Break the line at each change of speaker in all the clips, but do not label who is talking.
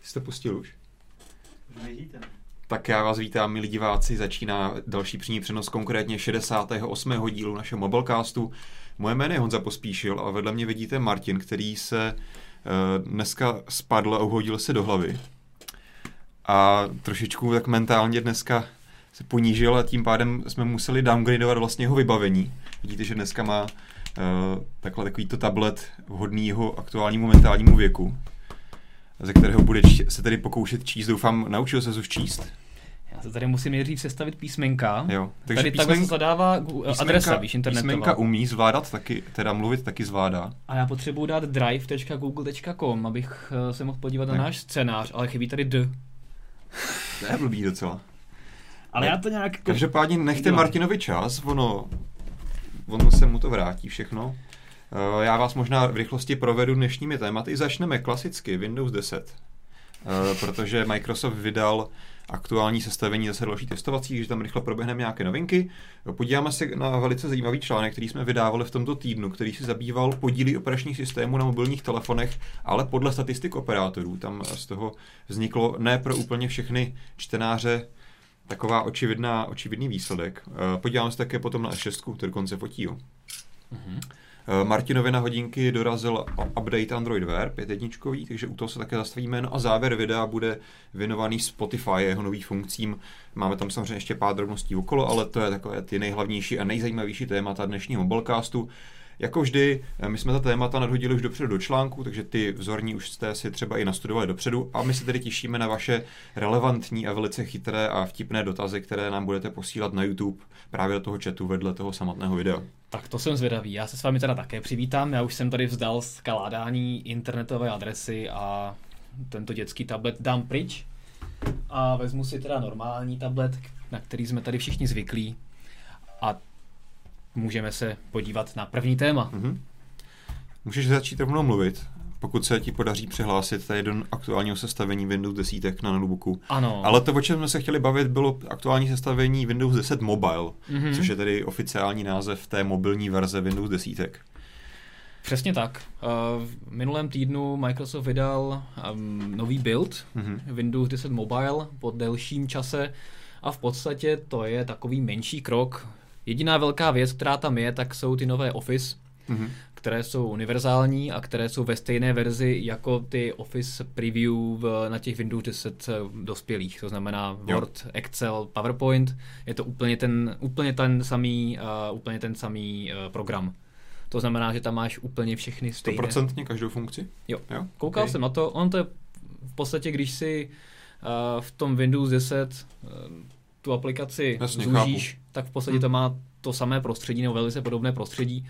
Jste pustil už? Tak já vás vítám, milí diváci, začíná další přímý přenos, konkrétně 68. dílu našeho Mobilecastu. Moje jméno je Honza Pospíšil a vedle mě vidíte Martin, který se dneska spadl a uhodil se do hlavy. A trošičku tak mentálně dneska se ponížil a tím pádem jsme museli downgradovat vlastně jeho vybavení. Vidíte, že dneska má takovýto tablet vhodný jeho aktuálnímu mentálnímu věku, ze kterého bude se tedy pokoušet číst. Doufám, naučil se už číst?
Já se tady musím nejdřív sestavit písmenka.
Jo. Takže
tady takhle se zadává adresa, víš, internetová.
Písmenka umí zvládat taky, teda mluvit taky zvládá.
A já potřebuji dát drive.google.com, abych se mohl podívat na náš scénář, ale chybí tady D.
To je blbý docela.
Ale já to nějak...
Každopádně nechte Martinovi čas, ono se mu to vrátí všechno. Já vás možná v rychlosti provedu dnešními tématy. Začneme klasicky Windows 10, protože Microsoft vydal aktuální sestavení zase další testovací, že tam rychle proběhneme nějaké novinky. Podíváme se na velice zajímavý článek, který jsme vydávali v tomto týdnu, který se zabýval podíly operačních systémů na mobilních telefonech, ale podle statistik operátorů. Tam z toho vzniklo ne pro úplně všechny čtenáře taková očividný výsledek. Podíváme se také potom na S6, to dokonce fotí. Martinovi na hodinky dorazil update Android Wear 5.1, takže u toho se také zastavíme. No a závěr videa bude věnovaný Spotify a jeho novým funkcím. Máme tam samozřejmě ještě pár drobností okolo, ale to je takové ty nejhlavnější a nejzajímavější témata dnešního Mobilecastu. Jako vždy, my jsme ta témata nadhodili už dopředu do článku, takže ty vzorní už jste si třeba i nastudovali dopředu a my se tedy těšíme na vaše relevantní a velice chytré a vtipné dotazy, které nám budete posílat na YouTube právě do toho chatu vedle toho samotného videa.
Tak to jsem zvědavý. Já se s vámi teda také přivítám. Já už jsem tady vzdal skládání internetové adresy a tento dětský tablet dám pryč a vezmu si teda normální tablet, na který jsme tady všichni zvyklí a můžeme se podívat na první téma.
Můžeš začít rovnou mluvit, pokud se ti podaří přihlásit tady do aktuálního sestavení Windows 10 na notebooku.
Ano.
Ale to, o čem jsme se chtěli bavit, bylo aktuální sestavení Windows 10 Mobile, což je tedy oficiální název té mobilní verze Windows 10.
Přesně tak. V minulém týdnu Microsoft vydal nový build Windows 10 Mobile po delším čase a v podstatě to je takový menší krok. Jediná velká věc, která tam je, tak jsou ty nové Office, které jsou univerzální a které jsou ve stejné verzi jako ty Office Preview na těch Windows 10 dospělých. To znamená Word, Excel, PowerPoint. Je to úplně ten samý program. To znamená, že tam máš úplně všechny stejné.
100% každou funkci?
Jo. Koukal jsem na to. On to je v podstatě, když si v tom Windows 10 tu aplikaci zúžíš, tak v podstatě to má to samé prostředí, nebo velice podobné prostředí.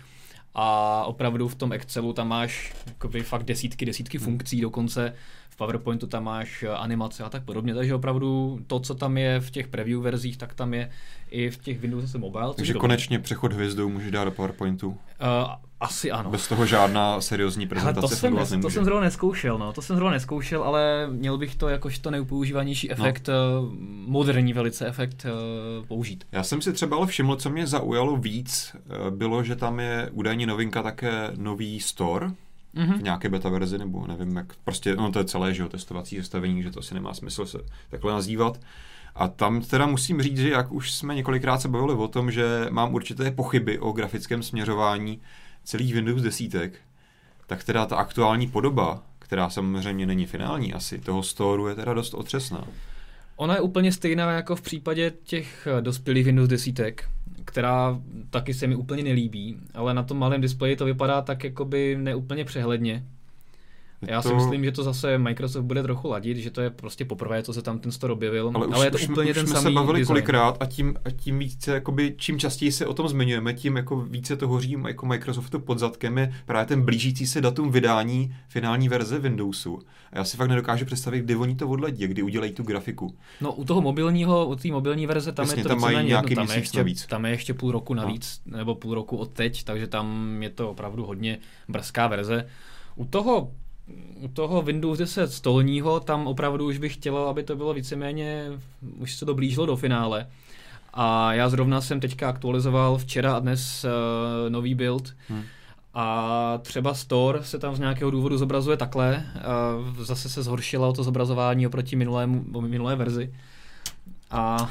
A opravdu v tom Excelu tam máš fakt desítky funkcí dokonce. V PowerPointu tam máš animace a tak podobně. Takže opravdu to, co tam je v těch preview verzích, tak tam je i v těch Windows 10 Mobile.
Takže konečně přechod hvězdou můžeš dát do PowerPointu.
Asi ano.
Bez toho žádná seriózní prezentace fungovat nemůže.
To jsem zrovna neskoušel, ale měl bych to jakožto nejpoužívanější efekt, moderní velice efekt použít.
Já jsem si třeba ale všiml, co mě zaujalo víc, bylo, že tam je údajně novinka také nový store, v nějaké beta verzi, nebo nevím jak, prostě, to je celé, že jo, testovací sestavení, že to asi nemá smysl se takhle nazývat. A tam teda musím říct, že jak už jsme několikrát se bavili o tom, že mám určité pochyby o grafickém směřování celých Windows 10, tak teda ta aktuální podoba, která samozřejmě není finální asi, toho storu je teda dost otřesná.
Ona je úplně stejná jako v případě těch dospělých Windows 10, která taky se mi úplně nelíbí, ale na tom malém displeji to vypadá tak jakoby neúplně přehledně. Já si myslím, že to zase Microsoft bude trochu ladit, že to je prostě poprvé, co se tam ten store objevil, ale je to úplně ten samý design.
jsme se bavili kolikrát a tím více, jakoby, čím častěji se o tom zmiňujeme, tím jako více to hoří jako Microsoftu pod zadkem je právě ten blížící se datum vydání finální verze Windowsu. A já si fakt nedokážu představit, kdy oni to odladí, kdy udělají tu grafiku.
No u té mobilní verze tam je to
tam mají nějaký měsíc navíc.
Tam je ještě půl roku navíc, nebo půl roku od teď, takže tam je to opravdu hodně brzká verze. U toho Windows 10 stolního, tam opravdu už bych chtěl, aby to bylo víceméně, už se to blížilo do finále. A já zrovna jsem teďka aktualizoval včera a dnes nový build A třeba Store se tam z nějakého důvodu zobrazuje takhle. Zase se zhoršilo to zobrazování oproti minulé verzi. A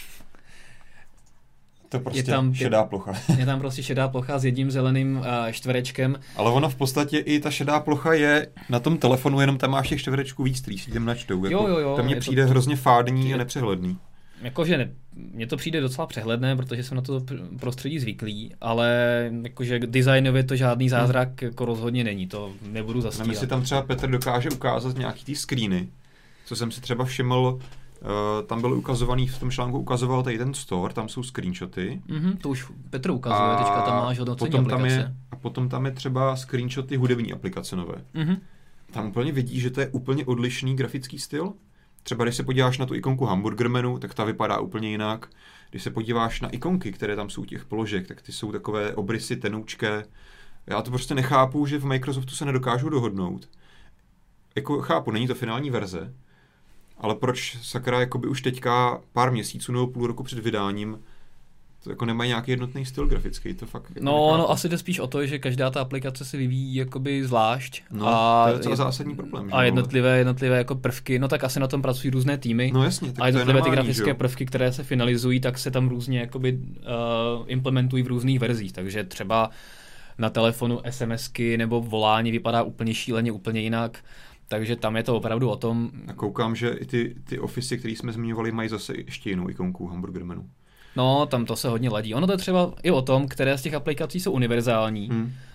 to prostě šedá plocha.
Je tam prostě šedá plocha s jedním zeleným čtverečkem.
Ale ono v podstatě i ta šedá plocha je na tom telefonu, jenom tam máš těch čtverečků víc, který si jdem načtou.
Jo.
To mně přijde hrozně fádný a nepřehledný.
Jakože mně to přijde docela přehledné, protože jsem na to prostředí zvyklý, ale jakože designově to žádný zázrak jako rozhodně není, to nebudu zastírat.
Nevím, si tam třeba Petr dokáže ukázat nějaký ty screeny, co jsem si třeba všiml, tam byl ukazovaný, v tom článku ukazoval tady ten store, tam jsou screenshoty.
To už Petr ukazuje, teďka tam máš hodnocení aplikace.
A potom tam je třeba screenshoty hudební aplikace nové. Tam úplně vidí, že to je úplně odlišný grafický styl. Třeba když se podíváš na tu ikonku Hamburgermenu, tak ta vypadá úplně jinak. Když se podíváš na ikonky, které tam jsou těch položek, tak ty jsou takové obrysy, tenoučké. Já to prostě nechápu, že v Microsoftu se nedokážou dohodnout. Jako chápu, není to finální verze, ale proč sakra jakoby už teďka pár měsíců nebo půl roku před vydáním to jako nemají nějaký jednotný styl grafický, to fakt jako
No, asi jde spíš o to, že každá ta aplikace se vyvíjí jakoby zvlášť.
No, to je docela zásadní problém.
A jednotlivé jako prvky, no tak asi na tom pracují různé týmy.
No jasně, tak
a jednotlivé ty grafické
že?
Prvky, které se finalizují, tak se tam různě jakoby implementují v různých verzích, takže třeba na telefonu SMSky nebo volání vypadá úplně šíleně, úplně jinak. Takže tam je to opravdu o tom.
A koukám, že i ty ofisy, které jsme zmiňovali, mají zase ještě jinou ikonku Hamburgermenu.
No, tam to se hodně ladí. Ono to je třeba i o tom, které z těch aplikací jsou univerzální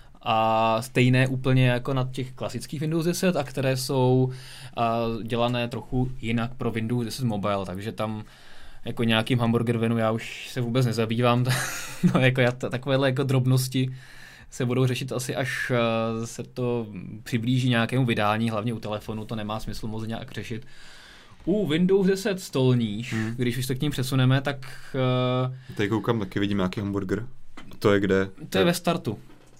a stejné úplně jako na těch klasických Windows 10 a které jsou dělané trochu jinak pro Windows 10 Mobile, takže tam jako nějakým Hamburgermenu já už se vůbec nezabývám. No, jako takovéhle jako drobnosti se budou řešit asi, až se to přiblíží nějakému vydání, hlavně u telefonu, to nemá smysl moc nějak řešit. U Windows 10 stolníž, když už se k ním přesuneme, tak...
Tady koukám, taky vidím nějaký hamburger. To je kde?
To je ve startu.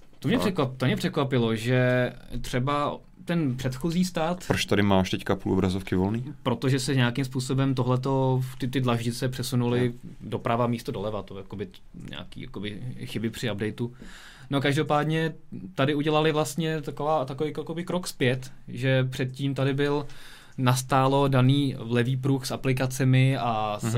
To mě překvapilo, že třeba ten předchozí start...
Proč tady máš teďka půl obrazovky volný?
Protože se nějakým způsobem tohleto, ty dlaždice přesunuly doprava místo doleva, to jakoby nějaký jakoby chyby při updateu. No každopádně tady udělali vlastně takový krok zpět, že předtím tady byl nastálo daný levý pruh s aplikacemi a s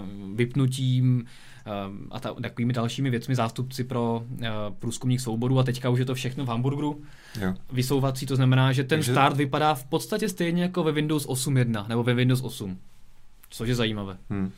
vypnutím a takovými dalšími věcmi zástupci pro průzkumník souborů a teďka už je to všechno v hamburgeru vysouvací, to znamená, že ten start vypadá v podstatě stejně jako ve Windows 8.1 nebo ve Windows 8, což je zajímavé.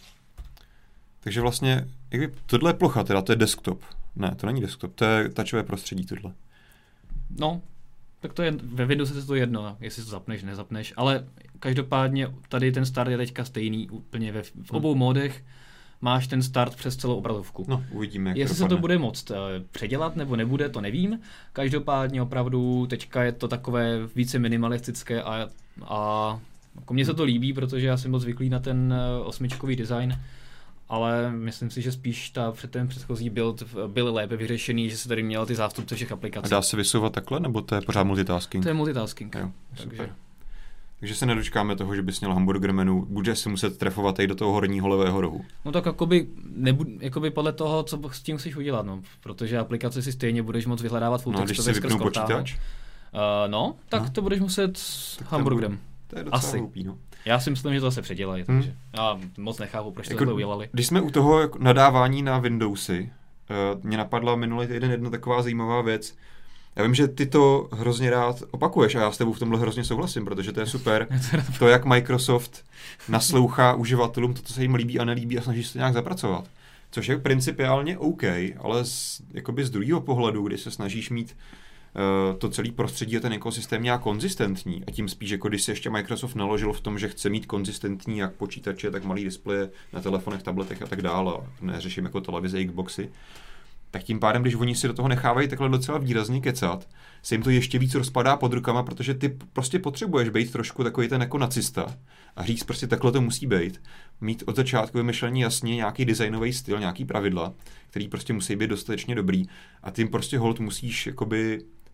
Takže vlastně, tohle je plocha, teda to je desktop. Ne, to není desktop, to je touchové prostředí tohle.
No, tak to je, ve Windowse je to jedno, jestli to zapneš, nezapneš, ale každopádně tady ten start je teďka stejný úplně v obou módech. Máš ten start přes celou obrazovku.
No, uvidíme, jak
jestli se to bude moct předělat nebo nebude, to nevím. Každopádně opravdu teďka je to takové více minimalistické a jako mně se to líbí, protože já jsem moc zvyklý na ten osmičkový design, ale myslím si, že spíš ten předchozí build byl lépe vyřešený, že se tady měl ty zástupce všech aplikací.
A dá se vysouvat takhle, nebo to je pořád multitasking?
To je multitasking.
Jo, takže se nedočkáme toho, že bys měl Hamburgermenu, bude si muset trefovat i do toho horního levého rohu.
No tak jakoby podle toho, co s tím chceš udělat, no, protože aplikace si stejně budeš moct vyhledávat full textově skrz
počítač?
Tak to budeš muset s hamburgerem.
To je docela hloupý, no.
Já si myslím, že to zase předělají, takže já moc nechápu, proč to udělali.
Když jsme u toho nadávání na Windowsy, mě napadla minulý týden jedna taková zajímavá věc. Já vím, že ty to hrozně rád opakuješ a já s tebou v tomhle hrozně souhlasím, protože to je super. To, jak Microsoft naslouchá uživatelům, to, co se jim líbí a nelíbí a snaží se nějak zapracovat. Což je principiálně OK, ale jakoby z druhého pohledu, kdy se snažíš mít to celé prostředí a ten ekosystém nějak konzistentní a tím spíš, jako když se ještě Microsoft naložil v tom, že chce mít konzistentní jak počítače, tak malý displeje na telefonech, tabletech a tak dále, neřeším jako televize, Xboxy, tak tím pádem, když oni si do toho nechávají takhle docela výrazně kecat, se jim to ještě víc rozpadá pod rukama, protože ty prostě potřebuješ být trošku takový ten jako nacista a říct prostě takhle to musí být. Mít od začátku vymyšlení jasně nějaký designový styl, nějaký pravidla, který prostě musí být dostatečně dobrý a tím prostě hold musíš jakoby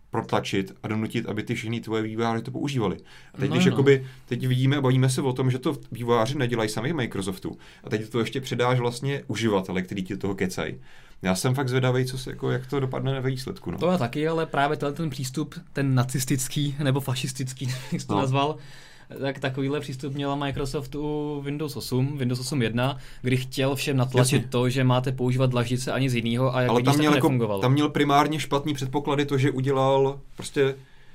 protlačit a donutit, aby ty všichni tvoje vývojáři to používali. A teď, jakoby, teď vidíme a bavíme se o tom, že to vývojáři nedělají sami Microsoftu. A teď to ještě předáš vlastně uživatele, který ti toho kecají. Já jsem fakt zvědavý, jak to dopadne ve výsledku. No.
To je taky, ale právě ten přístup, ten nacistický nebo fašistický, jak jsi to nazval, tak takovýhle přístup měla Microsoft u Windows 8, Windows 8.1, kdy chtěl všem natlačit to, že máte používat dlaždice a nic jiného a jak
ale
vidíš, to nefungovalo.
Tam měl primárně špatný předpoklady to, že udělal prostě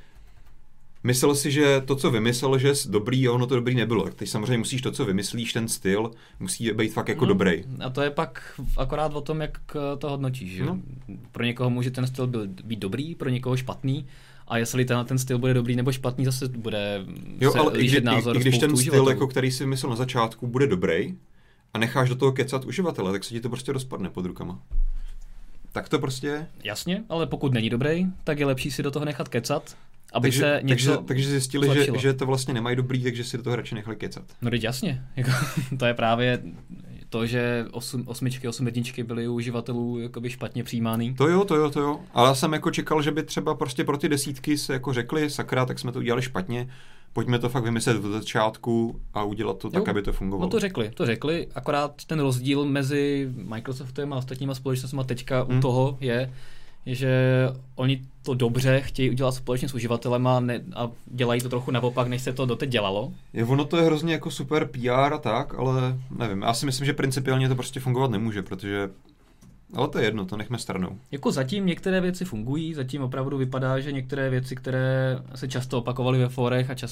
myslel si, že to, co vymyslel, že je dobrý a ono to dobrý nebylo. Teď samozřejmě musíš to, co vymyslíš, ten styl, musí být fakt jako dobrý.
A to je pak akorát o tom, jak to hodnotíš. Že? Pro někoho může ten styl být dobrý, pro někoho špatný. A jestli ten styl bude dobrý nebo špatný, zase bude lížit názor.
I když ten styl, jako který si myslel na začátku, bude dobrý a necháš do toho kecat uživatele, tak se ti to prostě rozpadne pod rukama. Tak to prostě je.
Jasně, ale pokud není dobrý, tak je lepší si do toho nechat kecat, aby
takže,
se něco
takže zjistili, že to vlastně nemají dobrý, takže si do toho radši nechali kecat.
No teď jasně. To je právě to, že 8.1 byly u uživatelů jakoby špatně přijímány.
To jo. Ale já jsem jako čekal, že by třeba prostě pro ty desítky se jako řekli, sakra, tak jsme to udělali špatně, pojďme to fakt vymyslet od začátku a udělat to tak, aby to fungovalo.
No to řekli, akorát ten rozdíl mezi Microsoftem a ostatníma společnostmi teďka u toho je, že oni to dobře chtějí udělat společně s uživatelem a dělají to trochu naopak, než se to doteď dělalo.
Ono to je hrozně jako super PR a tak, ale nevím. Já si myslím, že principiálně to prostě fungovat nemůže, protože ale to je jedno, to nechme stranou.
Jako zatím některé věci fungují, zatím opravdu vypadá, že některé věci, které se často opakovaly ve forech a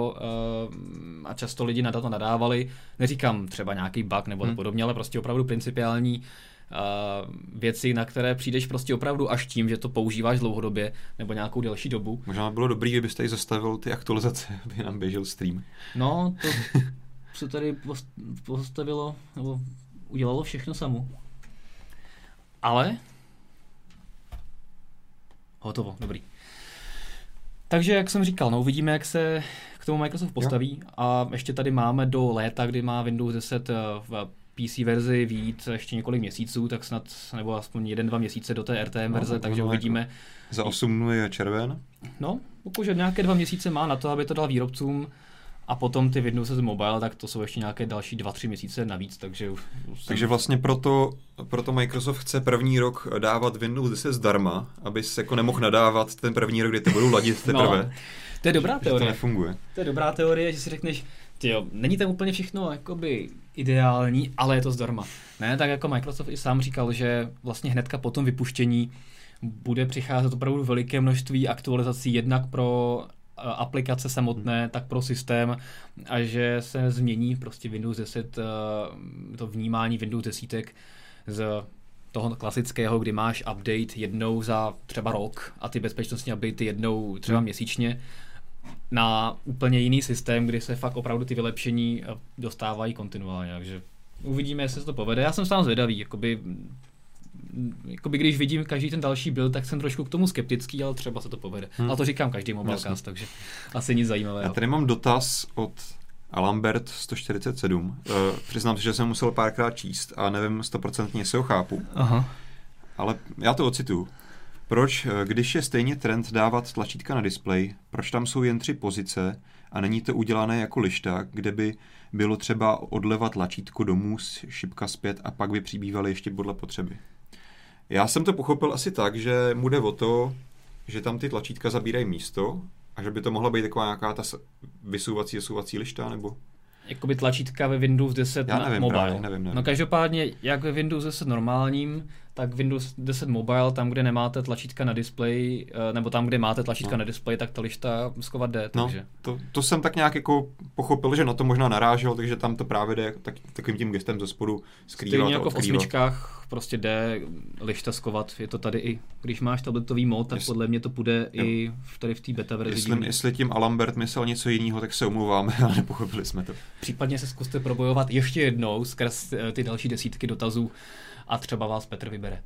často lidi na to nadávali, neříkám třeba nějaký bug nebo podobně, ale prostě opravdu principiální věci, na které přijdeš prostě opravdu až tím, že to používáš dlouhodobě nebo nějakou delší dobu.
Možná bylo dobrý, kdybyste zastavil ty aktualizace, aby nám běžel stream.
No, to se tady postavilo, nebo udělalo všechno samo. Ale hotovo, dobrý. Takže, jak jsem říkal, uvidíme, jak se k tomu Microsoft postaví. A ještě tady máme do léta, kdy má Windows 10 v PC verzi vyjít ještě několik měsíců, tak snad, nebo aspoň 1-2 měsíce do té RTM verze, takže uvidíme.
Za 8 dnů je červen?
No, pokud nějaké 2 měsíce má na to, aby to dal výrobcům, a potom ty Windows 10 Mobile, tak to jsou ještě nějaké další 2-3 měsíce navíc, takže...
Takže vlastně proto Microsoft chce první rok dávat Windows 10 zdarma, aby se jako nemohl nadávat ten první rok, kdy to budou ladit teprve.
No, to je dobrá teorie.
To nefunguje.
To je dobrá teorie, že si řekneš, tyjo, není tam úplně všechno jakoby ideální, ale je to zdarma. Ne, tak jako Microsoft i sám říkal, že vlastně hnedka po tom vypuštění bude přicházet opravdu veliké množství aktualizací jednak pro aplikace samotné, tak pro systém a že se změní prostě Windows 10, to vnímání Windows 10 z toho klasického, kdy máš update jednou za třeba rok a ty bezpečnostní updatey jednou třeba měsíčně, na úplně jiný systém, kdy se fakt opravdu ty vylepšení dostávají kontinuálně, takže uvidíme, jestli se to povede. Já jsem sám zvědavý, jakoby když vidím každý ten další build, tak jsem trošku k tomu skeptický, ale třeba se to povede. A to říkám každý mobilecast, takže asi nic zajímavého.
Já tady mám dotaz od Alambert 147. Přiznám se, že jsem musel párkrát číst a nevím 100%, jestli ho chápu.
Aha.
Ale já to ocituju. Proč, když je stejně trend dávat tlačítka na displej, proč tam jsou jen 3 pozice a není to udělané jako lišta, kde by bylo třeba odlevat tlačítko domů, šipka zpět a pak by přibývaly ještě podle potřeby? Já jsem to pochopil asi tak, že mu jde o to, že tam ty tlačítka zabírají místo a že by to mohla být taková nějaká ta vysouvací lišta, nebo...
Jakoby tlačítka ve Windows 10
já nevím,
Mobile.
Právě, nevím.
No každopádně, jak ve Windows 10 normálním, tak Windows 10 Mobile, tam, kde nemáte tlačítka na displeji, nebo tam, kde máte tlačítka na displeji, tak ta lišta skovat jde. Takže.
To jsem tak nějak jako pochopil, že na to možná narážel, takže tam to právě jde takovým tím gestem ze spodu skrývat.
Stejně jako v 8 prostě jde lišta skovat. Je to tady i, když máš tabletový mod, tak podle mě to půjde i tady v té beta verzi.
Jestli tím Alambert myslel něco jiného, tak se omlouváme, ale nepochopili jsme to.
Případně se zkuste probojovat ještě jednou skrz ty další desítky dotazů a třeba vás Petr vybere.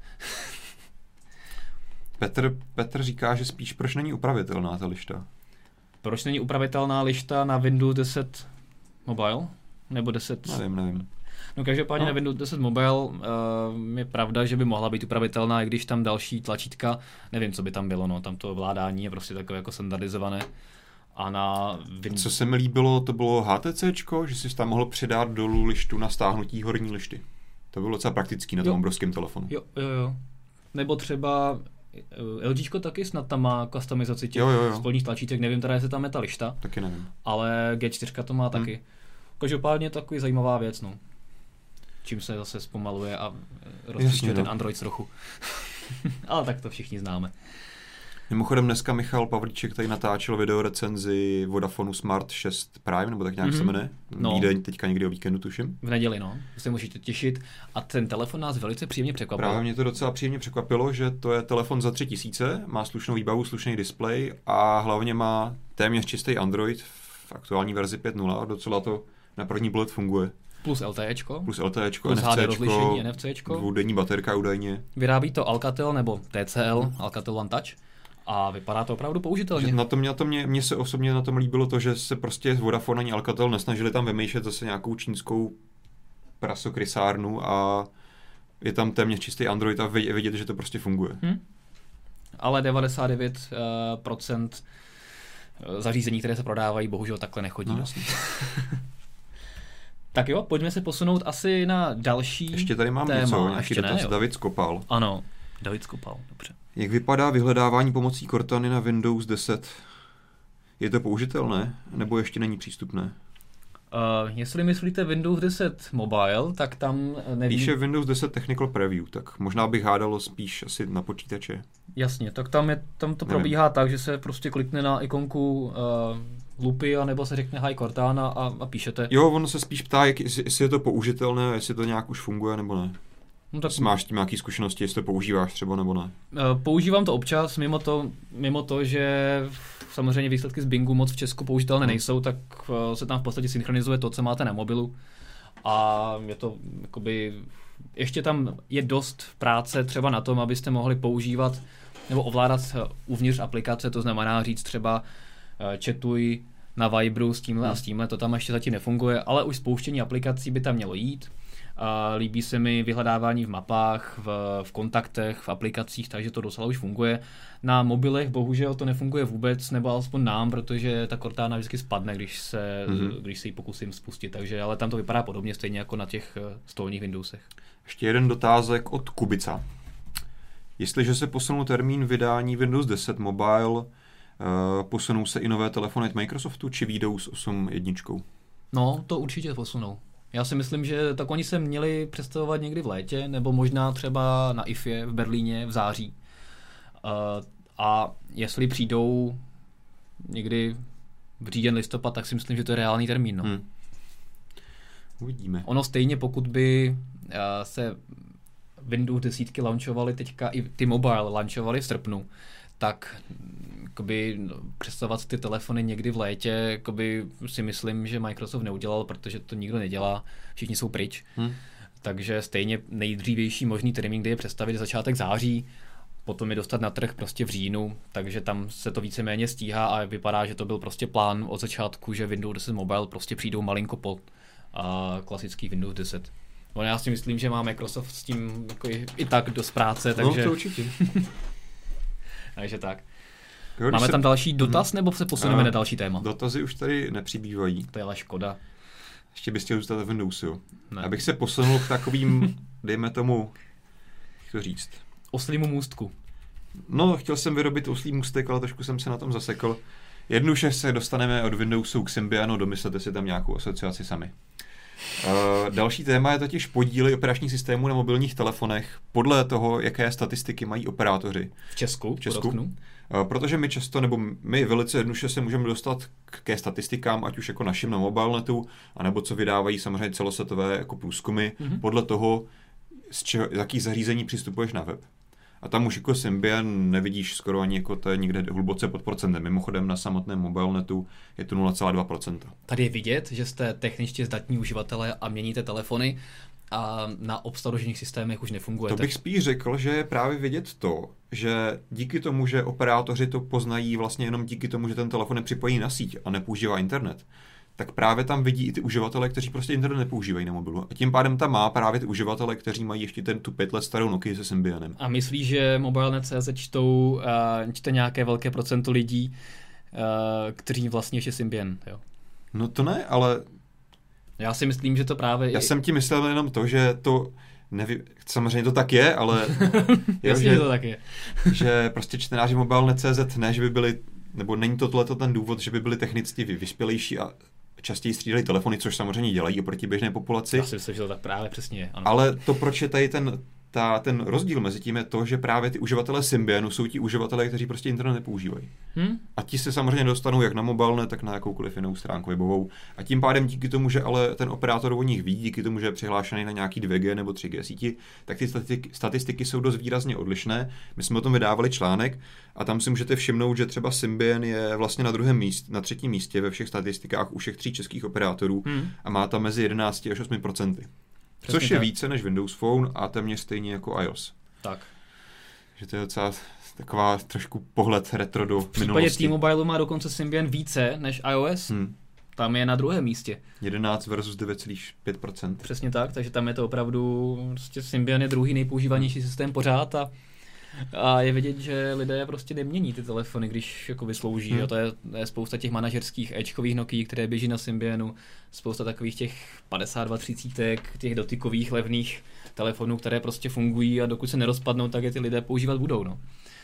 Petr říká, že spíš proč není upravitelná ta lišta.
Proč není upravitelná lišta na Windows 10 Mobile? Nebo 10?
Nevím.
No každopádně na Windows 10 Mobile je pravda, že by mohla být upravitelná, i když tam další tlačítka, nevím, co by tam bylo, no, tam to ovládání je prostě takové jako standardizované. A na
Co se mi líbilo, to bylo HTCčko, že jsi tam mohl přidat dolů lištu na stáhnutí horní lišty. To bylo docela praktický na tom obrovském telefonu.
Jo. Nebo třeba LGčko taky snad tam má customizaci těch spodních tlačítek, nevím teda, jestli tam je ta lišta.
Taky nevím.
Ale G4 to má taky. Každopádně takový zajímavá věc, no. Čím se zase zpomaluje a rozčišťuje ten Android trochu. Ale tak to všichni známe.
Mimochodem dneska Michal Pavlíček tady natáčel videorecenzi Vodafonu Smart 6 Prime, nebo tak nějak se jmenuje. Vídeň teďka někdy o víkendu, tuším.
V neděli, no. Se můžete těšit. A ten telefon nás velice příjemně překvapil.
Právě mě to docela příjemně překvapilo, že to je telefon za 3000, má slušnou výbavu, slušný displej a hlavně má téměř čistý Android v aktuální verzi 5.0 a docela to na první pohled funguje.
Plus LTEčko.
Plus
HD rozlišení, NFCčko.
Dvoudenní baterka údajně.
Vyrábí to Alcatel nebo TCL, Alcatel One Touch. A vypadá to opravdu použitelně.
Mně se osobně na tom líbilo to, že se prostě Vodafone ani Alcatel nesnažili tam vymýšlet zase nějakou čínskou prasokrysárnu a je tam téměř čistý Android a vidět, že to prostě funguje.
Ale 99% zařízení, které se prodávají, bohužel takhle nechodí.
No.
Tak jo, pojďme se posunout asi na další téma.
Ještě tady mám něco, nějaký dotaz David Skopal.
Ano, David Skopal, dobře.
Jak vypadá vyhledávání pomocí Cortany na Windows 10? Je to použitelné, nebo ještě není přístupné?
Jestli myslíte Windows 10 Mobile, tak tam nevím.
Píše Windows 10 Technical Preview, tak možná bych hádalo spíš asi na počítače.
Jasně, tak tam to probíhá tak, že se prostě klikne na ikonku lupy, anebo se řekne Hi Cortana a píšete.
Jo, ono se spíš ptá, jestli je to použitelné, jestli to nějak už funguje, nebo ne.
No tak
máš tím nějaký zkušenosti, jestli to používáš třeba nebo ne?
Používám to občas, mimo to, že samozřejmě výsledky z Bingu moc v Česku použitelné nejsou, tak se tam v podstatě synchronizuje to, co máte na mobilu. A je to jakoby, ještě tam je dost práce třeba na tom, abyste mohli používat nebo ovládat uvnitř aplikace, to znamená říct třeba chatuj na Viberu s tímhle a s tímhle, to tam ještě zatím nefunguje, ale už spouštění aplikací by tam mělo jít. Líbí se mi vyhledávání v mapách, v kontaktech, v aplikacích, takže to docela už funguje. Na mobilech bohužel to nefunguje vůbec, nebo alespoň nám, protože ta Cortana vždycky spadne, když se ji pokusím spustit, takže ale tam to vypadá podobně, stejně jako na těch stolních Windowsech.
Ještě jeden dotázek od Kubica. Jestliže se posunul termín vydání Windows 10 Mobile, posunou se i nové telefony od Microsoftu, či vyjdou s 8.1?
No, to určitě posunou. Já si myslím, že tak oni se měli představovat někdy v létě, nebo možná třeba na IFE v Berlíně v září. A jestli přijdou někdy v říjen, listopad, tak si myslím, že to je reálný termín. No.
Uvidíme.
Ono stejně, pokud by se Windows 10 launchovaly teďka, i ty mobile launchovaly v srpnu, tak představovat ty telefony někdy v létě, si myslím, že Microsoft neudělal, protože to nikdo nedělá, všichni jsou pryč. Takže stejně nejdřívější možný termín, kdy je představit začátek září, potom je dostat na trh prostě v říjnu, takže tam se to víceméně stíhá a vypadá, že to byl prostě plán od začátku, že Windows 10 Mobile prostě přijdou malinko po klasický Windows 10. No, já si myslím, že má Microsoft s tím jako i tak dost práce, takže...
No, to určitě.
Takže tak. Máme tam další dotaz, nebo se posuneme na další téma?
Dotazy už tady nepřibývají.
To je ale škoda.
Ještě bys chtěl zůstat v Windowsu. Abych se posunul k takovým, dejme tomu, jak to říct.
Oslímu můstku.
No, chtěl jsem vyrobit oslý můstek, ale trošku jsem se na tom zasekl. Jednoduše se dostaneme od Windowsu k Symbianu, domyslete si tam nějakou asociaci sami. Další téma je totiž podíly operačních systémů na mobilních telefonech podle toho, jaké statistiky mají operátoři.
V Česku.
Protože my velice jednoduše se můžeme dostat ke statistikám, ať už jako našim na mobilnetu, anebo co vydávají samozřejmě celosvětové jako průzkumy, podle toho, z jakých zařízení přistupuješ na web. A tam už jako Symbian nevidíš skoro ani jako to je někde hluboce pod procentem. Mimochodem na samotném mobilnetu je to 0,2%.
Tady je vidět, že jste technicky zdatní uživatelé a měníte telefony a na obstarožených systémech už nefungujete.
To bych spíš řekl, že je právě vidět to, že díky tomu, že operátoři to poznají vlastně jenom díky tomu, že ten telefon je připojený na síť a nepoužívá internet, tak právě tam vidí i ty uživatele, kteří prostě internet nepoužívají na mobilu. A tím pádem tam má právě ty uživatele, kteří mají ještě tu 5 let starou Nokia se Symbianem.
A myslíš, že Mobile.cz čte nějaké velké procento lidí, kteří vlastně ještě Symbian, jo?
No to ne, ale...
Já si myslím, že to právě...
Já jsem ti myslel jenom to, že to... Samozřejmě to tak je, ale...
Jasně, že to tak je.
Že prostě čtenáři Mobile.cz ne, že by byli... Nebo není tohleto ten důvod, že by byli technicky vyspělejší a častěji střídali telefony, což samozřejmě dělají oproti běžné populaci.
Já si myslím, že to tak právě přesně je. Ano.
Ale to, proč je tady ten rozdíl mezi tím, je to, že právě ty uživatelé Symbianu jsou ti uživatelé, kteří prostě internet nepoužívají. A ti se samozřejmě dostanou jak na mobilné, tak na jakoukoliv jinou stránku webovou. A tím pádem díky tomu, že ale ten operátor o nich ví, díky tomu, že je přihlášený na nějaký 2G nebo 3G síti, tak ty statistiky jsou dost výrazně odlišné. My jsme o tom vydávali článek a tam si můžete všimnout, že třeba Symbian je vlastně na třetím místě ve všech statistikách u všech 3 českých operátorů a má tam mezi 11 až 8%. Což je více než Windows Phone a téměř stejně jako iOS.
Tak.
Že to je docela taková trošku pohled retro do minulosti.
V případě T-Mobile má dokonce Symbian více než iOS. Tam je na druhém místě.
11 versus 9,5%.
Přesně tak, takže tam je to opravdu, prostě Symbian je druhý nejpoužívanější systém pořád a je vidět, že lidé prostě nemění ty telefony, když jako vyslouží. A to je spousta těch manažerských Edgeových Nokia, které běží na Symbianu, spousta takových těch 5230, těch dotykových levných telefonů, které prostě fungují a dokud se nerozpadnou, tak je ty lidé používat budou. No.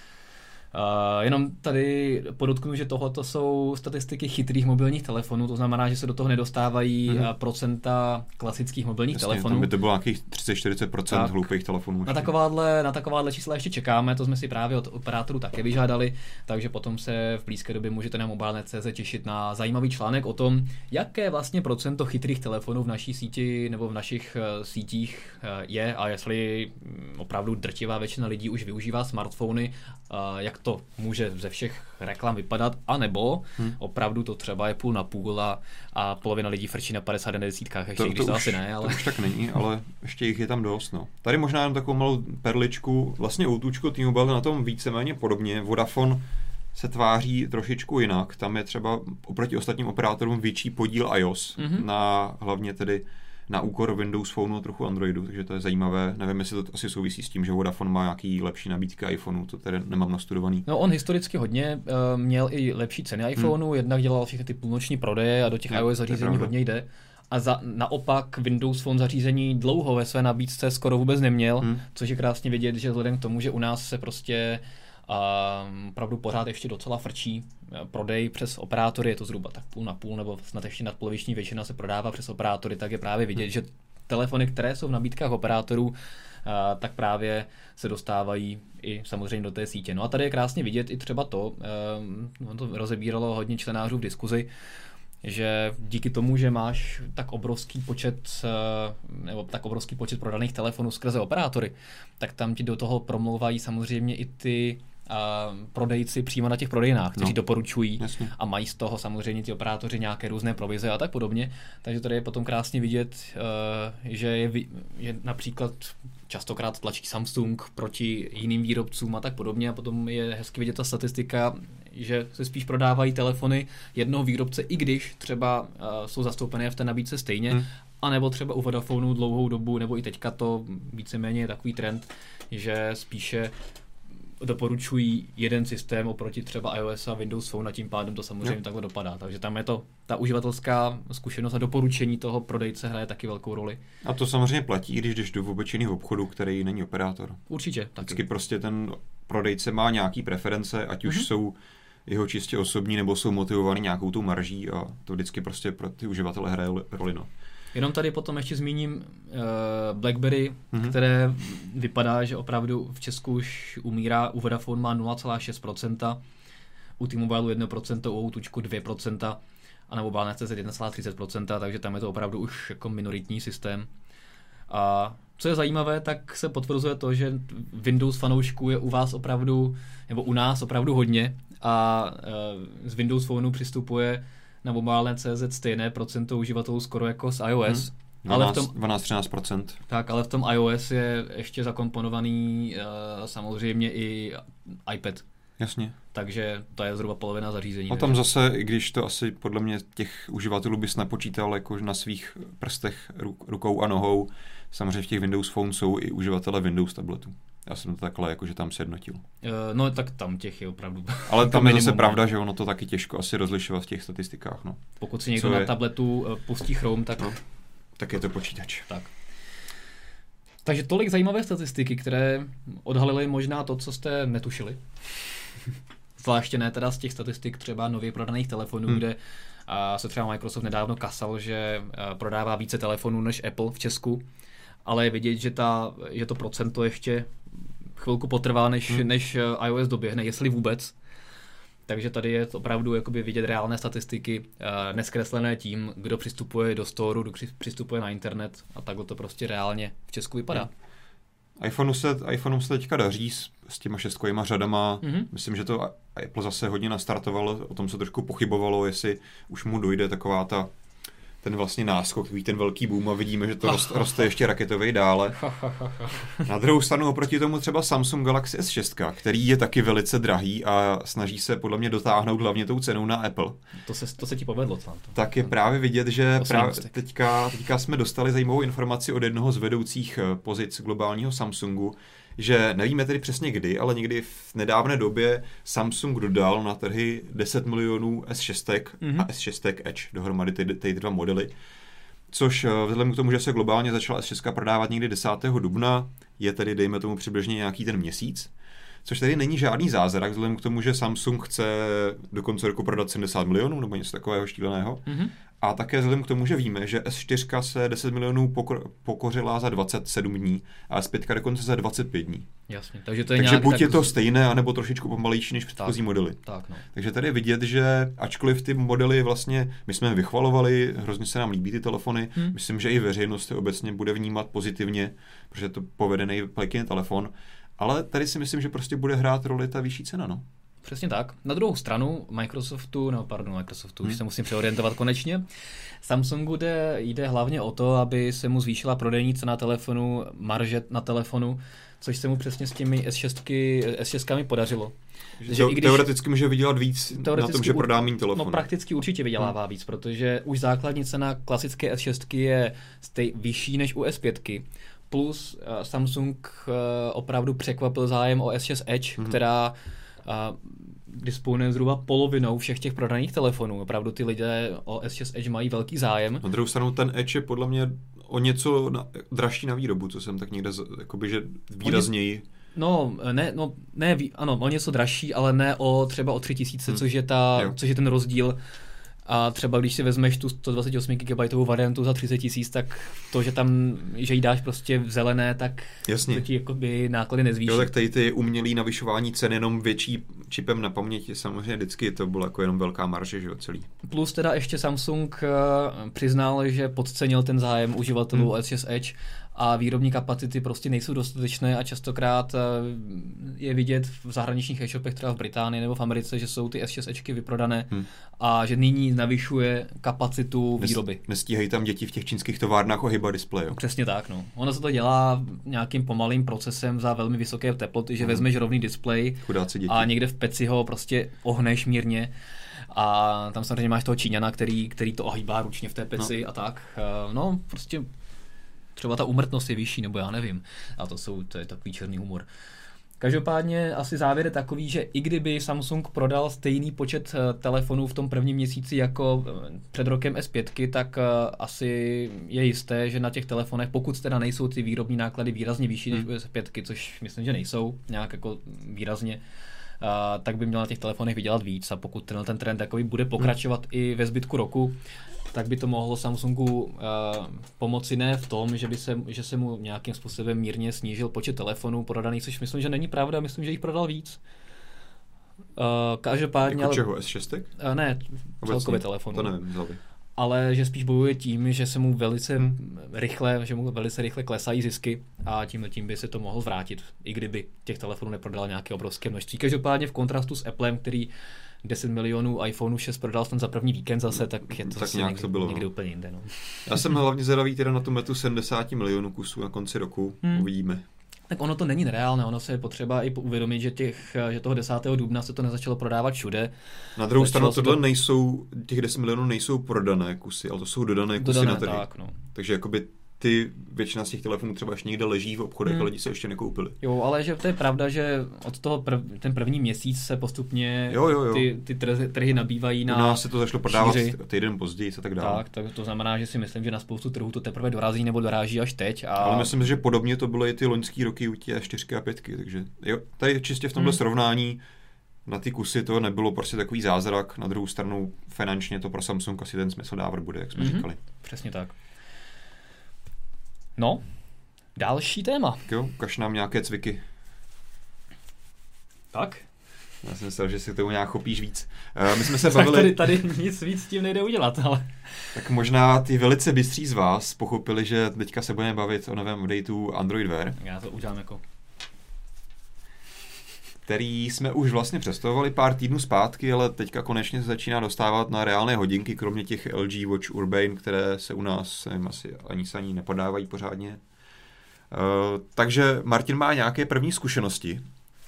Jenom tady podotknu, že tohle jsou statistiky chytrých mobilních telefonů, to znamená, že se do toho nedostávají procenta klasických mobilních telefonů.
Tam by to bylo nějakých 30-40% hloupých telefonů.
Na takováhle čísla ještě čekáme, to jsme si právě od operátorů také vyžádali, takže potom se v blízké době můžete na Mobile.cz těšit na zajímavý článek o tom, jaké vlastně procento chytrých telefonů v naší síti nebo v našich sítích je a jestli opravdu drtivá většina lidí už využívá smartfony, jak to může ze všech reklam vypadat, anebo opravdu to třeba je půl na půl a polovina lidí frčí na 50 desítkách, ještě když to asi ne. Ale...
To už tak není, ale ještě jich je tam dost. No. Tady možná jenom takovou malou perličku, vlastně Outučko T-Mobile na tom víceméně podobně. Vodafone se tváří trošičku jinak, tam je třeba oproti ostatním operátorům větší podíl iOS, na hlavně tedy na úkor Windows Phoneu a trochu Androidu, takže to je zajímavé. Nevím, jestli to asi souvisí s tím, že Vodafone má nějaký lepší nabídky iPhoneu, to tedy nemám nastudovaný.
No on historicky hodně měl i lepší ceny iPhoneu, jednak dělal všechny ty půlnoční prodeje a do těch iOS zařízení hodně jde. A naopak Windows Phone zařízení dlouho ve své nabídce skoro vůbec neměl, což je krásně vidět, že vzhledem k tomu, že u nás se prostě opravdu pořád ještě docela frčí prodej přes operátory, je to zhruba tak půl na půl, nebo snad ještě nadpoloviční většina se prodává přes operátory, tak je právě vidět, že telefony, které jsou v nabídkách operátorů, tak právě se dostávají i samozřejmě do té sítě. No a tady je krásně vidět i třeba to rozebíralo hodně čtenářů v diskuzi, že díky tomu, že máš tak obrovský počet prodaných telefonů skrze operátory, tak tam ti do toho promlouvají samozřejmě i ty prodejci přímo na těch prodejnách, kteří doporučují a mají z toho samozřejmě ty operátoři nějaké různé provize a tak podobně. Takže tady je potom krásně vidět, že je například častokrát tlačí Samsung proti jiným výrobcům a tak podobně a potom je hezky vidět ta statistika, že se spíš prodávají telefony jednoho výrobce, i když třeba jsou zastoupené v té nabídce stejně, anebo třeba u Vodafonu dlouhou dobu, nebo i teďka to víceméně je takový trend, že spíše doporučují jeden systém oproti třeba iOS a Windows Phone a tím pádem to samozřejmě takhle dopadá. Takže tam je to ta uživatelská zkušenost a doporučení toho prodejce hraje taky velkou roli.
A to samozřejmě platí, když jdeš do obyčejného obchodu, který není operátor.
Určitě.
Vždycky prostě ten prodejce má nějaký preference, ať už jsou jeho čistě osobní, nebo jsou motivovaný nějakou tou marží a to vždycky prostě pro ty uživatele hraje roli. No.
Jenom tady potom ještě zmíním BlackBerry, které vypadá, že opravdu v Česku už umírá, u Vodafone má 0,6%, u T-Mobile 1%, u Outučku 2% a na Mobile.cz 1,30%, takže tam je to opravdu už jako minoritní systém. A co je zajímavé, tak se potvrzuje to, že Windows fanoušků je u vás opravdu, nebo u nás opravdu hodně a z Windows Phoneu přistupuje na Mobile.cz stejné procento uživatelů skoro jako z iOS.
12-13%.
Tak, ale v tom iOS je ještě zakomponovaný samozřejmě i iPad.
Jasně.
Takže to je zhruba polovina zařízení.
No tam zase, i když to asi podle mě těch uživatelů bys napočítal jako na svých prstech, rukou a nohou, samozřejmě v těch Windows Phone jsou i uživatelé Windows tabletů. Já jsem to takhle jakože tam sjednotil.
No tak tam těch je opravdu.
Ale tam je zase pravda, že ono to taky těžko asi rozlišovat v těch statistikách. No.
Pokud si někdo na tabletu pustí Chrome, tak...
No, tak je to počítač.
Tak. Takže tolik zajímavé statistiky, které odhalily možná to, co jste netušili. Zvláště ne teda z těch statistik třeba nově prodaných telefonů, kde se třeba Microsoft nedávno kasal, že prodává více telefonů než Apple v Česku, ale je vidět, že to procento ještě chvilku potrvá, než iOS doběhne, jestli vůbec. Takže tady je to opravdu jakoby vidět reálné statistiky, neskreslené tím, kdo přistupuje do storu, kdo přistupuje na internet a takhle to prostě reálně v Česku vypadá.
iPhoneu se teďka daří s těma šestkovýma řadama. Myslím, že to Apple zase hodně nastartovalo, o tom se trošku pochybovalo, jestli už mu dojde taková ten vlastně náskok, ten velký boom a vidíme, že to roste ještě raketově dále. Na druhou stranu oproti tomu třeba Samsung Galaxy S6, který je taky velice drahý a snaží se podle mě dotáhnout hlavně tou cenou na Apple.
To se ti povedlo.
Tak je právě vidět, že teďka jsme dostali zajímavou informaci od jednoho z vedoucích pozic globálního Samsungu, že nevíme tedy přesně kdy, ale někdy v nedávné době Samsung dodal na trhy 10 milionů S6 a S6 Edge, dohromady ty dva modely. Což vzhledem k tomu, že se globálně začala S6 prodávat někdy 10. dubna, je tedy dejme tomu přibližně nějaký ten měsíc. Což tady není žádný zázrak, vzhledem k tomu, že Samsung chce do konce roku prodat 70 milionů nebo něco takového šíleného. A také vzhledem k tomu, že víme, že S4 se 10 milionů pokořila za 27 dní a S5 dokonce za 25 dní.
Jasně, takže
buď je to stejné, anebo trošičku pomalejší než předchozí modely.
Tak, no.
Takže tady je vidět, že ačkoliv ty modely vlastně, my jsme je vychvalovali, hrozně se nám líbí ty telefony, myslím, že i veřejnost je obecně bude vnímat pozitivně, protože je to povedený pěkný telefon, ale tady si myslím, že prostě bude hrát roli ta vyšší cena, no.
Přesně tak. Na druhou stranu Microsoftu, už se musím přeorientovat konečně. Samsungu jde hlavně o to, aby se mu zvýšila prodejní cena telefonu, marže na telefonu, což se mu přesně s těmi S6kami podařilo.
Teoreticky může vydělat víc na tom, že prodá méně telefonu.
No prakticky určitě vydělává víc, protože už základní cena klasické S6 je vyšší než u S5. Plus Samsung opravdu překvapil zájem o S6 Edge, která disponuje zhruba polovinou všech těch prodaných telefonů. Opravdu ty lidé o S6 Edge mají velký zájem. Na
druhou stranu ten Edge je podle mě o dražší na výrobu, co jsem tak někde jakoby, že výrazněji.
O něco dražší, ale ne třeba o 3000, což je ten rozdíl. A třeba když si vezmeš tu 128 GB variantu za 30 000, tak to, že jí dáš prostě v zelené, tak
jasně.
To ti jakoby náklady nezvýší.
Jo, tak tady ty umělý navyšování cen jenom větší čipem na paměti, samozřejmě vždycky to bylo jako jenom velká marže, že jo, celý.
Plus teda ještě Samsung přiznal, že podcenil ten zájem uživatelů S6 Edge a výrobní kapacity prostě nejsou dostatečné a častokrát je vidět v zahraničních e-shopech, třeba v Británii nebo v Americe, že jsou ty S6 Edgeky vyprodané a že nyní navyšuje kapacitu výroby.
Nestíhají tam děti v těch čínských továrnách ohýbat displej. Jo?
Přesně tak, no. Ono se to dělá nějakým pomalým procesem za velmi vysoké teploty, že vezmeš rovný displej a někde v peci ho prostě ohneš mírně. A tam samozřejmě máš toho Číňana, který to ohýbá ručně v té peci a tak. Prostě třeba ta úmrtnost je vyšší, nebo já nevím. A to je takový černý humor. Každopádně asi závěr je takový, že i kdyby Samsung prodal stejný počet telefonů v tom prvním měsíci jako před rokem S5, tak asi je jisté, že na těch telefonech, pokud teda nejsou ty výrobní náklady výrazně vyšší než S5, což myslím, že nejsou nějak jako výrazně, tak by měl na těch telefonech vydělat víc. A pokud ten trend takový bude pokračovat i ve zbytku roku, tak by to mohlo Samsungu pomoci ne v tom, že se mu nějakým způsobem mírně snížil počet telefonů prodaných, což myslím, že není pravda, myslím, že jich prodal víc. Každopádně...
Jako čeho, S6?
Ne, celkově telefonů.
To nevím, zalby.
Ale že spíš bojuje tím, že se mu velice rychle klesají zisky a tím by se to mohlo zvrátit, i kdyby těch telefonů neprodal nějaké obrovské množství. Každopádně v kontrastu s Applem, který 10 milionů iPhone 6 prodal jsem za první víkend zase, tak je to tak zase někdy úplně jinde. No.
Já jsem hlavně zvědavý teda na tu metu 70 milionů kusů na konci roku, uvidíme.
Tak ono to není nereálné, ono se je potřeba i uvědomit, že toho 10. dubna se to nezačalo prodávat všude.
Na druhou stranu těch 10 milionů nejsou prodané kusy, ale to jsou dodané kusy na trhy.
Tak, no.
Takže jakoby většina z těch telefonů třeba ještě někde leží v obchodech a lidi se ještě nekoupili.
Jo, ale že to je pravda, že od toho ten první měsíc se postupně ty trhy nabývají na
u nás se to začalo prodávat
šíři.
týden později a tak dále.
Tak to znamená, že si myslím, že na spoustu trhů to teprve dorazí nebo doráží až teď.
Ale myslím, že podobně to bylo i ty loňský roky u těch 4 a 5, takže jo, tady čistě v tomhle srovnání na ty kusy to nebylo prostě takový zázrak, na druhou stranu finančně to pro Samsung asi ten smysl dávat bude, jak jsme říkali.
Přesně tak. No, další téma.
Jo, ukaž nám nějaké cviky.
Tak?
Já jsem myslel, že si tomu nějak chopíš víc. My jsme se bavili...
tady nic víc s tím nejde udělat, ale...
Tak možná ty velice bystří z vás pochopili, že teďka se budeme bavit o novém updateu Android Wear.
Já to udělám jako...
Který jsme už vlastně představovali pár týdnů zpátky, ale teďka konečně se začíná dostávat na reálné hodinky, kromě těch LG Watch Urbane, které se u nás asi ani nepodávají pořádně. Takže Martin má nějaké první zkušenosti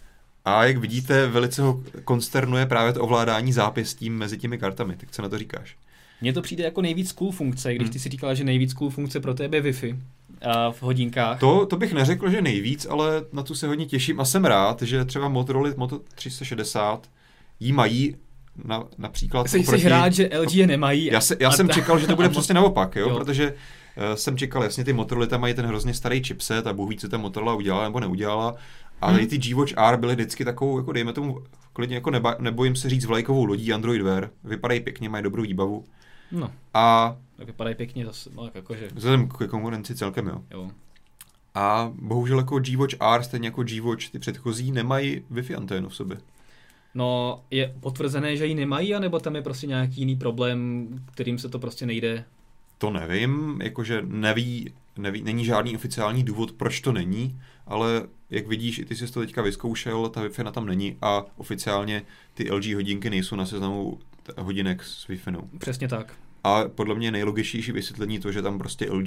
a jak vidíte, velice ho konsternuje právě to ovládání zápěstím mezi těmi kartami. Tak co na to říkáš?
Mně to přijde jako nejvíc cool funkce, když ty si říkala, že nejvíc cool funkce pro tebe je Wi-Fi v hodinkách.
To bych neřekl, že nejvíc, ale na tu se hodně těším a jsem rád, že třeba Motorola Moto 360 jí mají například...
Jsi rád, že LG je nemají.
Já jsem čekal, že to bude přesně naopak, jo? Protože jsem čekal, jasně ty Motorola tam mají ten hrozně starý chipset a Bůh ví, co ta Motorola udělala nebo neudělala, ale ty G-Watch R byly vždycky takovou, jako dejme tomu, klidně jako nebojím se říct vlajkovou lodí Android Wear, vypadají pěkně, mají dobrou výbavu.
No.
A
tak vypadají pěkně zase, no jakože.
Vzhledem k konkurenci celkem, jo. A bohužel jako G-Watch R, stejně jako G-Watch ty předchozí, nemají Wi-Fi anténu v sobě.
No, je potvrzené, že ji nemají, anebo tam je prostě nějaký jiný problém, kterým se to prostě nejde?
To nevím, jakože není žádný oficiální důvod, proč to není, ale jak vidíš, i ty jsi to teďka vyzkoušel, ta Wi-Fi tam není a oficiálně ty LG hodinky nejsou na seznamu hodinek s Wi-Fi.
Přesně tak.
A podle mě nejlogičtější vysvětlení to, že tam prostě LG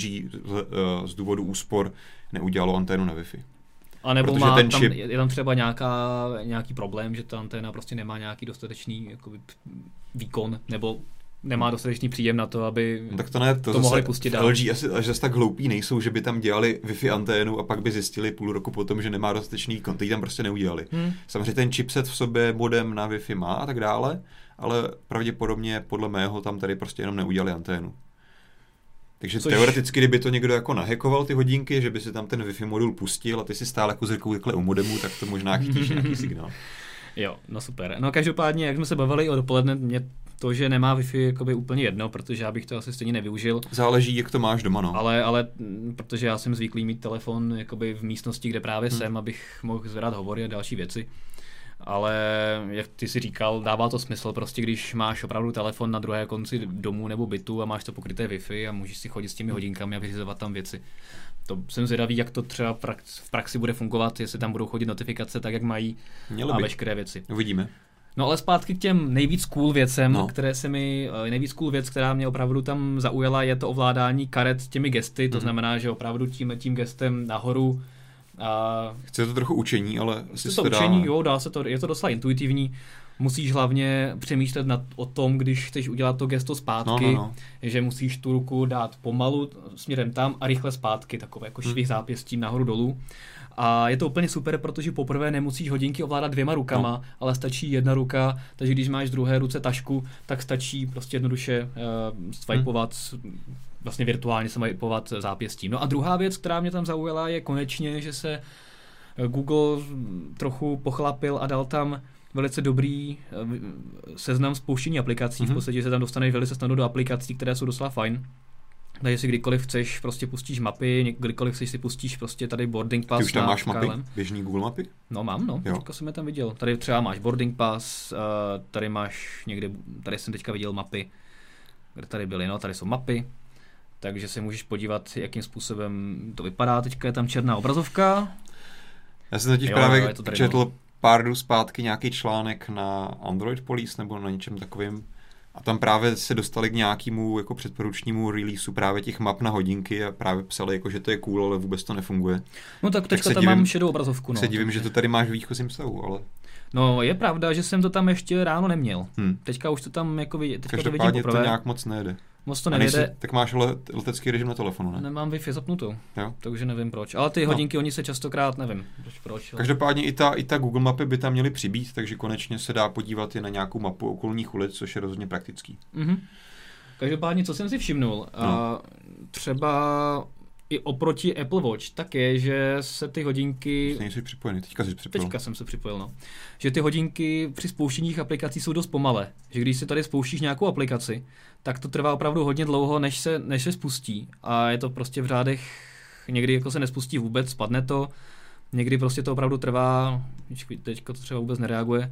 z důvodu úspor neudělalo anténu na Wi-Fi.
A nebo je tam třeba nějaký problém, že ta anténa prostě nemá nějaký dostatečný jakoby, výkon, nebo nemá dostatečný příjem na to, aby
tak to, ne,
to mohli pustit dál.
LG asi až zase tak hloupí nejsou, že by tam dělali Wi-Fi anténu a pak by zjistili půl roku potom, že nemá dostatečný výkon. Teď tam prostě neudělali. Samozřejmě ten chipset v sobě modem na Wi-Fi má a tak dále, ale pravděpodobně podle mého tam tady prostě jenom neudělali anténu. Takže teoreticky, kdyby to někdo jako nahackoval ty hodinky, že by si tam ten Wi-Fi modul pustil a ty si stál jako zrkou takhle u modemu, tak to možná chytíš nějaký signál.
Jo, no super. No každopádně, jak jsme se bavili o dopoledne, mě to, že nemá Wi-Fi jakoby úplně jedno, protože já bych to asi stejně nevyužil.
Záleží, jak to máš doma, no.
Ale protože já jsem zvyklý mít telefon jakoby v místnosti, kde právě jsem, abych mohl zvedat hovory a další věci. Ale jak ty si říkal, dává to smysl prostě, když máš opravdu telefon na druhé konci domu nebo bytu a máš to pokryté Wi-Fi a můžeš si chodit s těmi hodinkami a vyřizovat tam věci. To jsem zvědavý, jak to třeba v praxi bude fungovat, jestli tam budou chodit notifikace tak, jak mají a veškeré věci.
Uvidíme.
No ale zpátky k těm nejvíc cool věcem, nejvíc cool věc, která mě opravdu tam zaujala, je to ovládání karet těmi gesty, to znamená, že opravdu tím gestem nahoru.
Chce to trochu učení, ale
dá se to, je to docela intuitivní. Musíš hlavně přemýšlet o tom, když chceš udělat to gesto zpátky, že musíš tu ruku dát pomalu směrem tam a rychle zpátky, takové jako švih zápěstím nahoru dolů. A je to úplně super, protože poprvé nemusíš hodinky ovládat 2 rukama, ale stačí 1 ruka, takže když máš v druhé ruce tašku, tak stačí prostě jednoduše swipeovat, vlastně virtuálně swipeovat zápěstím. No a druhá věc, která mě tam zaujala, je konečně, že se Google trochu pochlapil a dal tam velice dobrý seznam spouštění aplikací. V podstatě se tam dostaneš velice snadno do aplikací, které jsou docela fajn. Takže si kdykoliv chceš, prostě pustíš mapy, kdykoliv chceš si pustíš prostě tady boarding pass.
Ty už tam máš mapy? Běžný Google mapy?
No mám, teďka jsem je tam viděl. Tady třeba máš boarding pass, tady máš někde, tady jsem teďka viděl mapy, kde tady byly, tady jsou mapy. Takže se můžeš podívat, jakým způsobem to vypadá. Teďka je tam černá obrazovka.
Já jsem totiž právě četl pár dnů zpátky nějaký článek na Android Police nebo na něčem takovým A tam právě se dostali k nějakému jako předporučnímu releaseu právě těch map na hodinky a právě psali, jako, že to je cool, ale vůbec to nefunguje.
No tak teďka tam mám šedou obrazovku.
Se divím, že to tady máš v výchozím stavu, ale...
No je pravda, že jsem to tam ještě ráno neměl. Teďka už to tam jako teďka to vidím poprvé.
To nějak moc nejde.
Moc to nejde.
Tak máš letecký režim na telefonu, ne?
Nemám Wi-Fi zapnutou,
jo?
Takže nevím proč. Ale ty hodinky, oni se častokrát, nevím proč.
Každopádně i ta Google mapy by tam měly přibýt, takže konečně se dá podívat i na nějakou mapu okolních ulic, což je rozhodně praktický.
Každopádně, co jsem si všimnul, třeba i oproti Apple Watch, tak je, že se ty hodinky...
Nejsi připojený, teďka jsi připojil.
Teďka jsem se připojil, no. Že ty hodinky při spouštění aplikací jsou dost pomalé. Že když si tady spouštíš nějakou aplikaci, tak to trvá opravdu hodně dlouho, než se spustí. A je to prostě v řádech, někdy jako se nespustí vůbec, spadne to, někdy prostě to opravdu trvá, teďka to třeba vůbec nereaguje.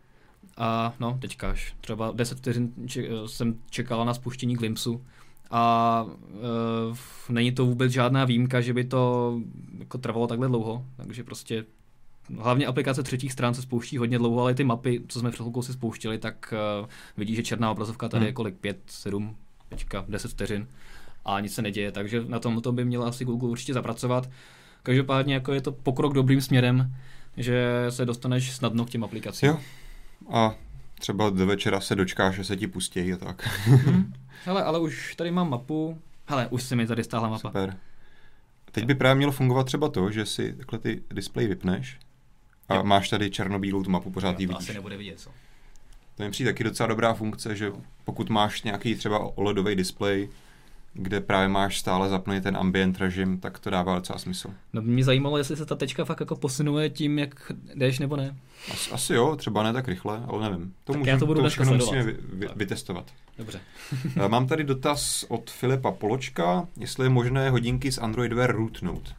A no, teďka až třeba 10 vteřin jsem čekala na spuštění Glimpsu. A není to vůbec žádná výjimka, že by to jako trvalo takhle dlouho, takže prostě hlavně aplikace třetích stran se spouští hodně dlouho, ale ty mapy, co jsme před chvilkou si spouštili, tak vidíš, že černá obrazovka tady je kolik 5, 7, 10 vteřin a nic se neděje, takže na tomto by měla asi Google určitě zapracovat. Každopádně jako je to pokrok dobrým směrem, že se dostaneš snadno k těm aplikacím.
Jo. A třeba do večera se dočkáš, že se ti pustí a tak.
Hele, ale už tady mám mapu. Hele, už se mi tady stáhla mapa.
Super. Teď by právě mělo fungovat třeba to, že si takhle ty displej vypneš a máš tady černobílou tu mapu, pořád ji vidíš.
Asi nebude vidět, co?
To mi přijde taky docela dobrá funkce, že pokud máš nějaký třeba OLEDový displej, kde právě máš stále zapnout ten ambient režim, tak to dává docela smysl.
No mě zajímalo, jestli se ta tečka fakt jako posunuje tím, jak jdeš, nebo ne.
Asi jo, třeba ne tak rychle, ale nevím.
To budu dneska
musíme vytestovat.
Dobře.
Mám tady dotaz od Filipa Poločka, jestli je možné hodinky z Android Wear rootnout.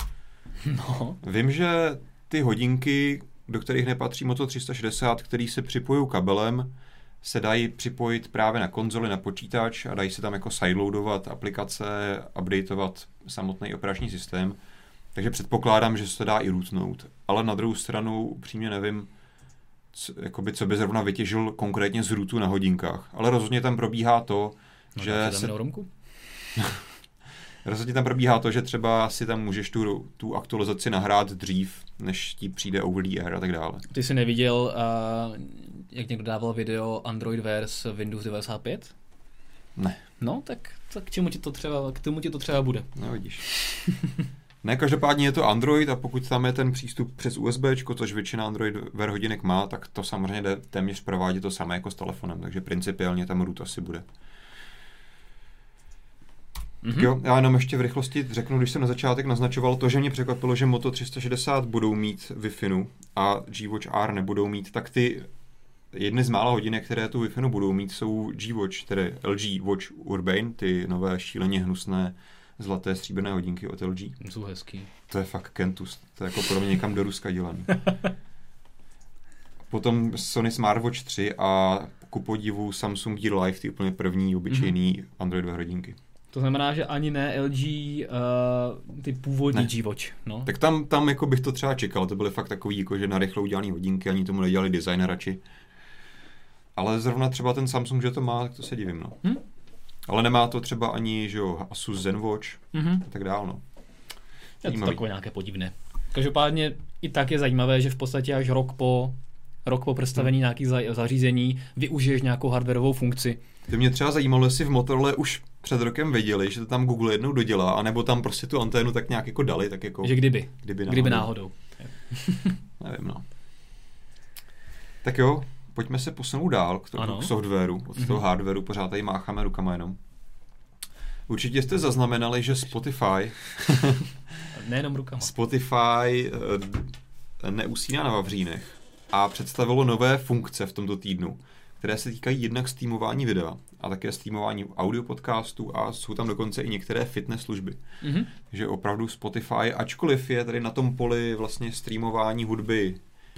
No.
Vím, že ty hodinky, do kterých nepatří Moto 360, který se připojují kabelem, se dají připojit právě na konzoli, na počítač a dají se tam jako sideloadovat aplikace, updateovat samotný operační systém. Takže předpokládám, že se to dá i rootnout. Ale na druhou stranu upřímně nevím, co by zrovna vytěžil konkrétně z rootu na hodinkách. Ale rozhodně tam probíhá to, že rozhodně tam probíhá to, že třeba si tam můžeš tu aktualizaci nahrát dřív, než ti přijde over the air a tak dále.
Ty jsi neviděl, jak někdo dával video Android Wear s Windows 95?
Ne.
No, tak k tomu ti to třeba bude.
No, vidíš. Ne, každopádně je to Android a pokud tam je ten přístup přes USBčko, což většina Android Wear hodinek má, tak to samozřejmě jde téměř provádět to samé jako s telefonem, takže principiálně tam root asi bude. Jo, já jenom ještě v rychlosti řeknu, když jsem na začátek naznačoval to, že mě překvapilo, že Moto 360 budou mít Wi-Fi a G-Watch R nebudou mít, tak ty jedny z mála hodinek, které tu Wi-Fi budou mít, jsou G-Watch, tedy LG Watch Urbane, ty nové šíleně hnusné zlaté stříbrné hodinky od LG.
Jsou hezký.
To je fakt kentus, to je jako pro mě někam do Ruska dělaný. Potom Sony Smartwatch 3 a ku podivu Samsung Gear Live, ty úplně první obyčejný Android Wear hodinky.
To znamená, že ani ne LG ty původní G-Watch. No.
Tak tam jako bych to třeba čekal, to byly fakt takový, jako, že narychlo udělaný hodinky, ani tomu nedělali design radši. Ale zrovna třeba ten Samsung, že to má, tak to se divím, no. Ale nemá to třeba ani, že jo, Asus ZenWatch a tak dál, no.
Je to takové nějaké podivné. Každopádně i tak je zajímavé, že v podstatě až rok po představení nějakých zařízení využiješ nějakou hardwarovou funkci.
To mě třeba zajímalo, jestli v Motorola už před rokem věděli, že to tam Google jednou dodělá, anebo tam prostě tu anténu tak nějak jako dali, tak jako...
Že kdyby náhodou.
Nevím, no. Tak jo, pojďme se posunout dál k softwaru, od toho hardwaru, pořád tady mácháme rukama jenom. Určitě jste zaznamenali, že Spotify...
Nejenom rukama.
Spotify neusíná na vavřínech a představilo nové funkce v tomto týdnu, které se týkají jednak streamování videa a také streamování audio podcastů a jsou tam dokonce i některé fitness služby. Takže opravdu Spotify, ačkoliv je tady na tom poli vlastně streamování hudby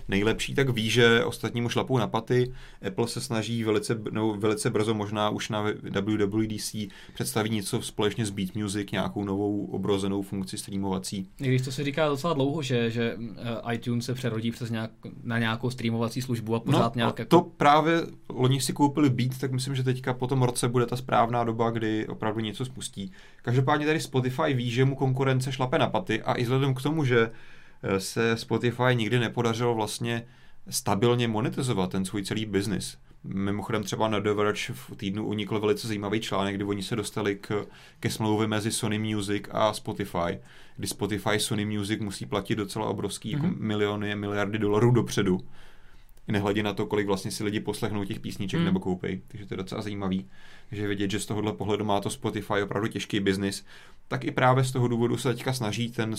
nejlepší, tak ví, že ostatní mu šlapou na paty. Apple se snaží velice brzo, možná už na WWDC, představí něco společně s Beat Music, nějakou novou obrozenou funkci streamovací.
I když to se říká docela dlouho, že iTunes se přerodí na nějakou streamovací službu a pořád nějak...
To právě loni si koupili Beat, tak myslím, že teďka po tom roce bude ta správná doba, kdy opravdu něco spustí. Každopádně tady Spotify ví, že mu konkurence šlape na paty a i vzhledem k tomu, že se Spotify nikdy nepodařilo vlastně stabilně monetizovat ten svůj celý biznis. Mimochodem třeba na The Verge v týdnu unikl velice zajímavý článek, kdy oni se dostali ke smlouvě mezi Sony Music a Spotify, kdy Spotify Sony Music musí platit docela obrovský jako miliardy dolarů dopředu. Nehledě na to, kolik vlastně si lidi poslechnou těch písniček nebo koupej. Takže to je docela zajímavý. Takže vidět, že z tohohle pohledu má to Spotify opravdu těžký biznis. Tak i právě z toho důvodu se teďka snaží ten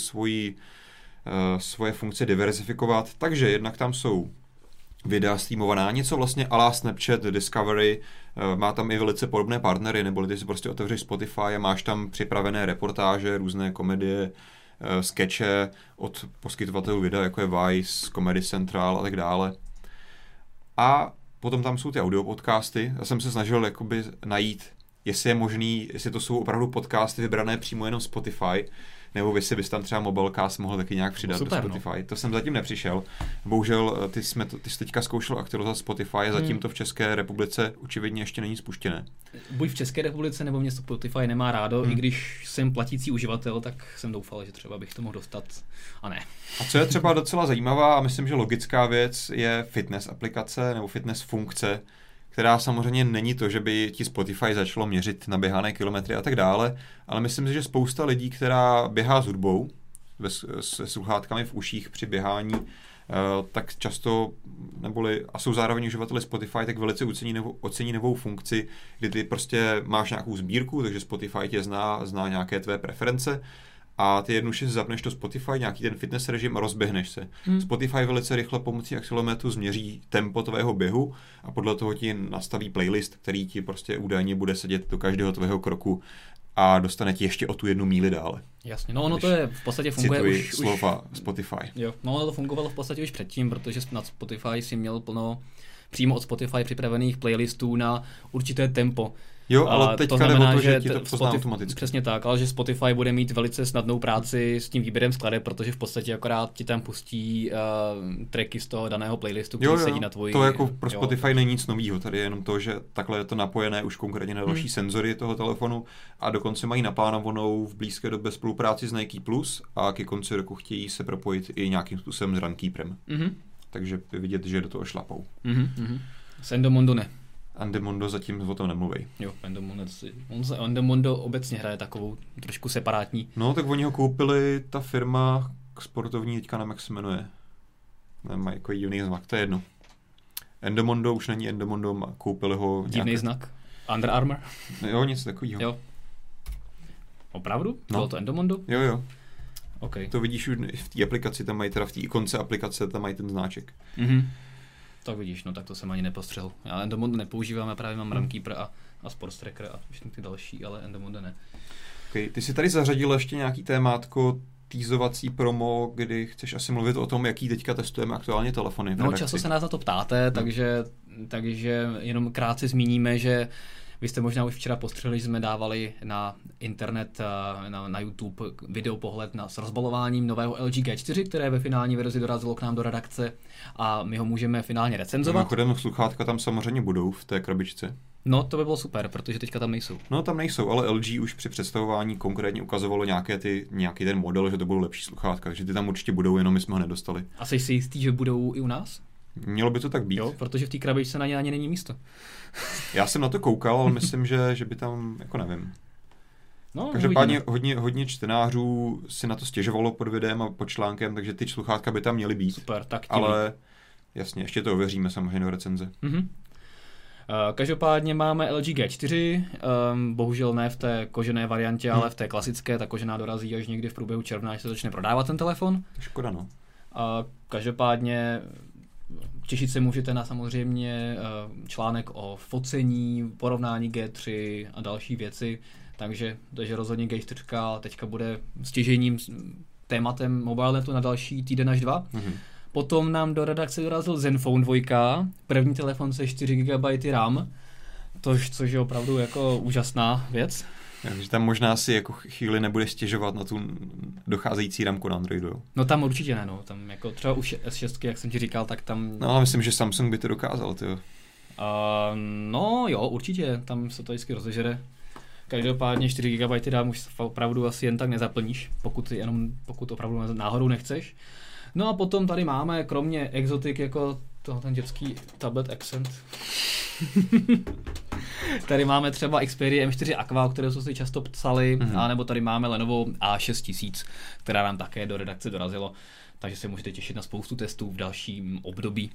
svoje funkce diverzifikovat. Takže jednak tam jsou videa streamovaná, něco vlastně à la Snapchat, Discovery, má tam i velice podobné partnery, nebo ty si prostě otevřeš Spotify a máš tam připravené reportáže, různé komedie, skeče od poskytovatelů videa, jako je Vice, Comedy Central a tak dále. A potom tam jsou ty audio podcasty. Já jsem se snažil jakoby najít, jestli je možný, jestli to jsou opravdu podcasty vybrané přímo jenom Spotify, nebo jestli bys tam třeba Mobilecast mohl taky nějak přidat do Spotify. To jsem zatím nepřišel. Bohužel ty jsi teďka zkoušel aktualizovat Spotify a zatím to v České republice očividně ještě není spuštěné.
Buď v České republice, nebo mě Spotify nemá rádo, i když jsem platící uživatel, tak jsem doufal, že třeba bych to mohl dostat a ne.
A co je třeba docela zajímavá a myslím, že logická věc je fitness aplikace nebo fitness funkce, která samozřejmě není to, že by ti Spotify začalo měřit naběhané kilometry a tak dále, ale myslím si, že spousta lidí, která běhá s hudbou, se sluchátkami v uších při běhání, tak často, a jsou zároveň uživateli Spotify, tak velice ocení novou funkci, kdy ty prostě máš nějakou sbírku, takže Spotify tě zná nějaké tvé preference, a ty jednoduše si zapneš to Spotify, nějaký ten fitness režim a rozběhneš se. Spotify velice rychle pomocí akcelerometru změří tempo tvého běhu a podle toho ti nastaví playlist, který ti prostě údajně bude sedět do každého tvého kroku a dostane ti ještě o tu 1 míli dále.
Jasně, no ono to je v podstatě funguje
už slova Spotify.
Jo, no ono to fungovalo v podstatě už předtím, protože na Spotify si měl přímo od Spotify připravených playlistů na určité tempo.
Jo, ale teďka jde o to, že ti to pozná automaticky.
Přesně tak, ale že Spotify bude mít velice snadnou práci s tím výběrem skladeb, protože v podstatě akorát ti tam pustí tracky z toho daného playlistu, který sedí na tvoji...
To jako pro Spotify není nic novýho, tady je jenom to, že takhle je to napojené už konkrétně na další senzory toho telefonu a dokonce mají naplánovanou v blízké době spolupráci s Nike Plus a ke konci roku chtějí se propojit i nějakým způsobem s Runkeeperem. Takže je vidět, že do toho šlapou.
S Endomondo ne.
Endomondo zatím o tom nemluví.
Jo, Endomondo obecně hraje takovou trošku separátní.
No, tak oni ho koupili, ta firma sportovní, teďka nevím, jak se jmenuje. Má jako jiný znak, to je jedno. Endomondo už není Endomondo, koupili ho nějak...
Divný znak? Under Armour?
Jo, něco takového.
Jo. Opravdu? Bylo to Endomondo?
Jo.
Okay.
To vidíš už v té aplikaci, tam mají teda v té ikonce aplikace, tam mají ten znáček.
Tak vidíš, no tak to jsem ani nepostřehl. Já Endomondo nepoužívám, já právě mám Runkeeper a Sports Tracker a všechny ty další, ale Endomondo ne.
Okay. Ty jsi tady zařadil ještě nějaký témátko, teasovací promo, kdy chceš asi mluvit o tom, jaký teďka testujeme aktuálně telefony.
No, často se nás na to ptáte, takže jenom krátce zmíníme, že vy jste možná už včera postřehli, že jsme dávali na internet, na YouTube videopohled s rozbalováním nového LG G4, které ve finální verzi dorazilo k nám do redakce a my ho můžeme finálně recenzovat.
Mimochodem sluchátka tam samozřejmě budou v té krabičce.
No, to by bylo super, protože teďka tam nejsou.
No, tam nejsou, ale LG už při představování konkrétně ukazovalo nějaký ten model, že to budou lepší sluchátka, takže ty tam určitě budou, jenom my jsme ho nedostali.
A jsi si jistý, že budou i u nás?
Mělo by to tak být.
Jo, protože v té krabičce na ně ani není místo.
Já jsem na to koukal, ale myslím, že by tam, jako nevím.
No,
každopádně hodně čtenářů si na to stěžovalo pod videem a pod článkem, takže ty sluchátka by tam měly být.
Super, tak
ale jasně, ještě to ověříme samozřejmě do recenze.
Každopádně máme LG G4, bohužel ne v té kožené variantě, ale v té klasické, ta kožená dorazí až někdy v průběhu června, až se začne prodávat ten telefon.
Škoda, no.
Každopádně těšit se můžete na samozřejmě článek o focení, porovnání G3 a další věci, takže rozhodně G4 teďka bude stěžejním tématem MobileNetu na další týden až 2. Potom nám do redakce dorazil Zenfone 2, první telefon se 4 GB RAM, což je opravdu jako úžasná věc.
Takže tam možná si jako chvíli nebude stěžovat na tu docházející ramku na Androidu.
No tam určitě ne, no. Tam jako třeba už S6, jak jsem ti říkal, tak tam...
No ale myslím, že Samsung by to dokázal, tyjo.
No jo, určitě, tam se to vždycky rozežere. Každopádně 4 GB RAM už opravdu asi jen tak nezaplníš, pokud opravdu náhodou nechceš. No a potom tady máme, kromě exotik, jako ten dětský tablet Accent. Tady máme třeba Xperia M4 Aqua, o které jsme si často psali, anebo tady máme Lenovo A6000, která nám také do redakce dorazilo, takže se můžete těšit na spoustu testů v dalším období.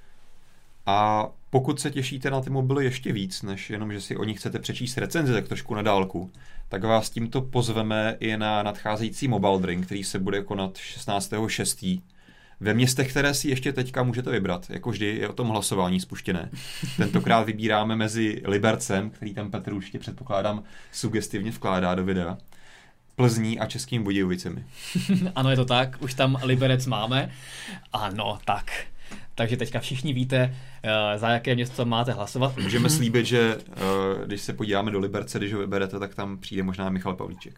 A pokud se těšíte na ty mobily ještě víc, než jenom, že si o nich chcete přečíst recenzi tak trošku na dálku, tak vás tímto pozveme i na nadcházející Mobile Drink, který se bude konat 16.6. ve městech, které si ještě teďka můžete vybrat. Jako vždy je o tom hlasování spuštěné. Tentokrát vybíráme mezi Libercem, který tam Petr určitě předpokládám sugestivně vkládá do videa, Plzní a Českým Budějovicemi.
Ano, je to tak, už tam Liberec máme. Ano, tak. Takže teďka všichni víte, za jaké město máte hlasovat.
Můžeme slíbit, že když se podíváme do Liberce, když ho vyberete, tak tam přijde možná Michal Pavlíček.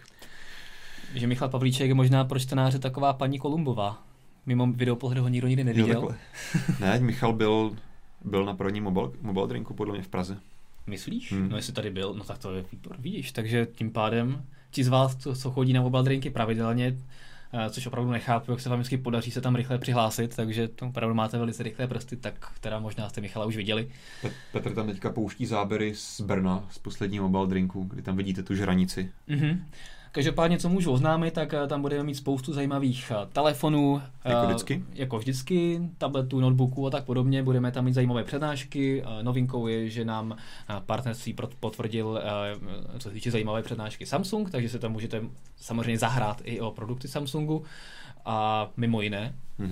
Že
Michal Pavlíček je možná pro čtenáře taková paní Kolumbová. Mimo videopohled ho nikdo nikdy neviděl.
Ne, Michal byl na první mobile drinku podle mě v Praze.
Myslíš? No jestli tady byl, no tak to je výbor, vidíš. Takže tím pádem ti z vás, co chodí na mobile drinky pravidelně, což opravdu nechápu, jak se vám vždycky podaří se tam rychle přihlásit, takže to opravdu máte velice rychlé prsty, tak teda možná jste Michala už viděli.
Petr tam teďka pouští záběry z Brna, z posledního mobile drinku, kdy tam vidíte tu žranici.
Každopádně, co můžu oznámit, tak tam budeme mít spoustu zajímavých telefonů. Jako vždycky, tabletů, notebooků a tak podobně. Budeme tam mít zajímavé přednášky. Novinkou je, že nám partnerství potvrdil, co se týče zajímavé přednášky Samsung, takže se tam můžete samozřejmě zahrát i o produkty Samsungu a mimo jiné.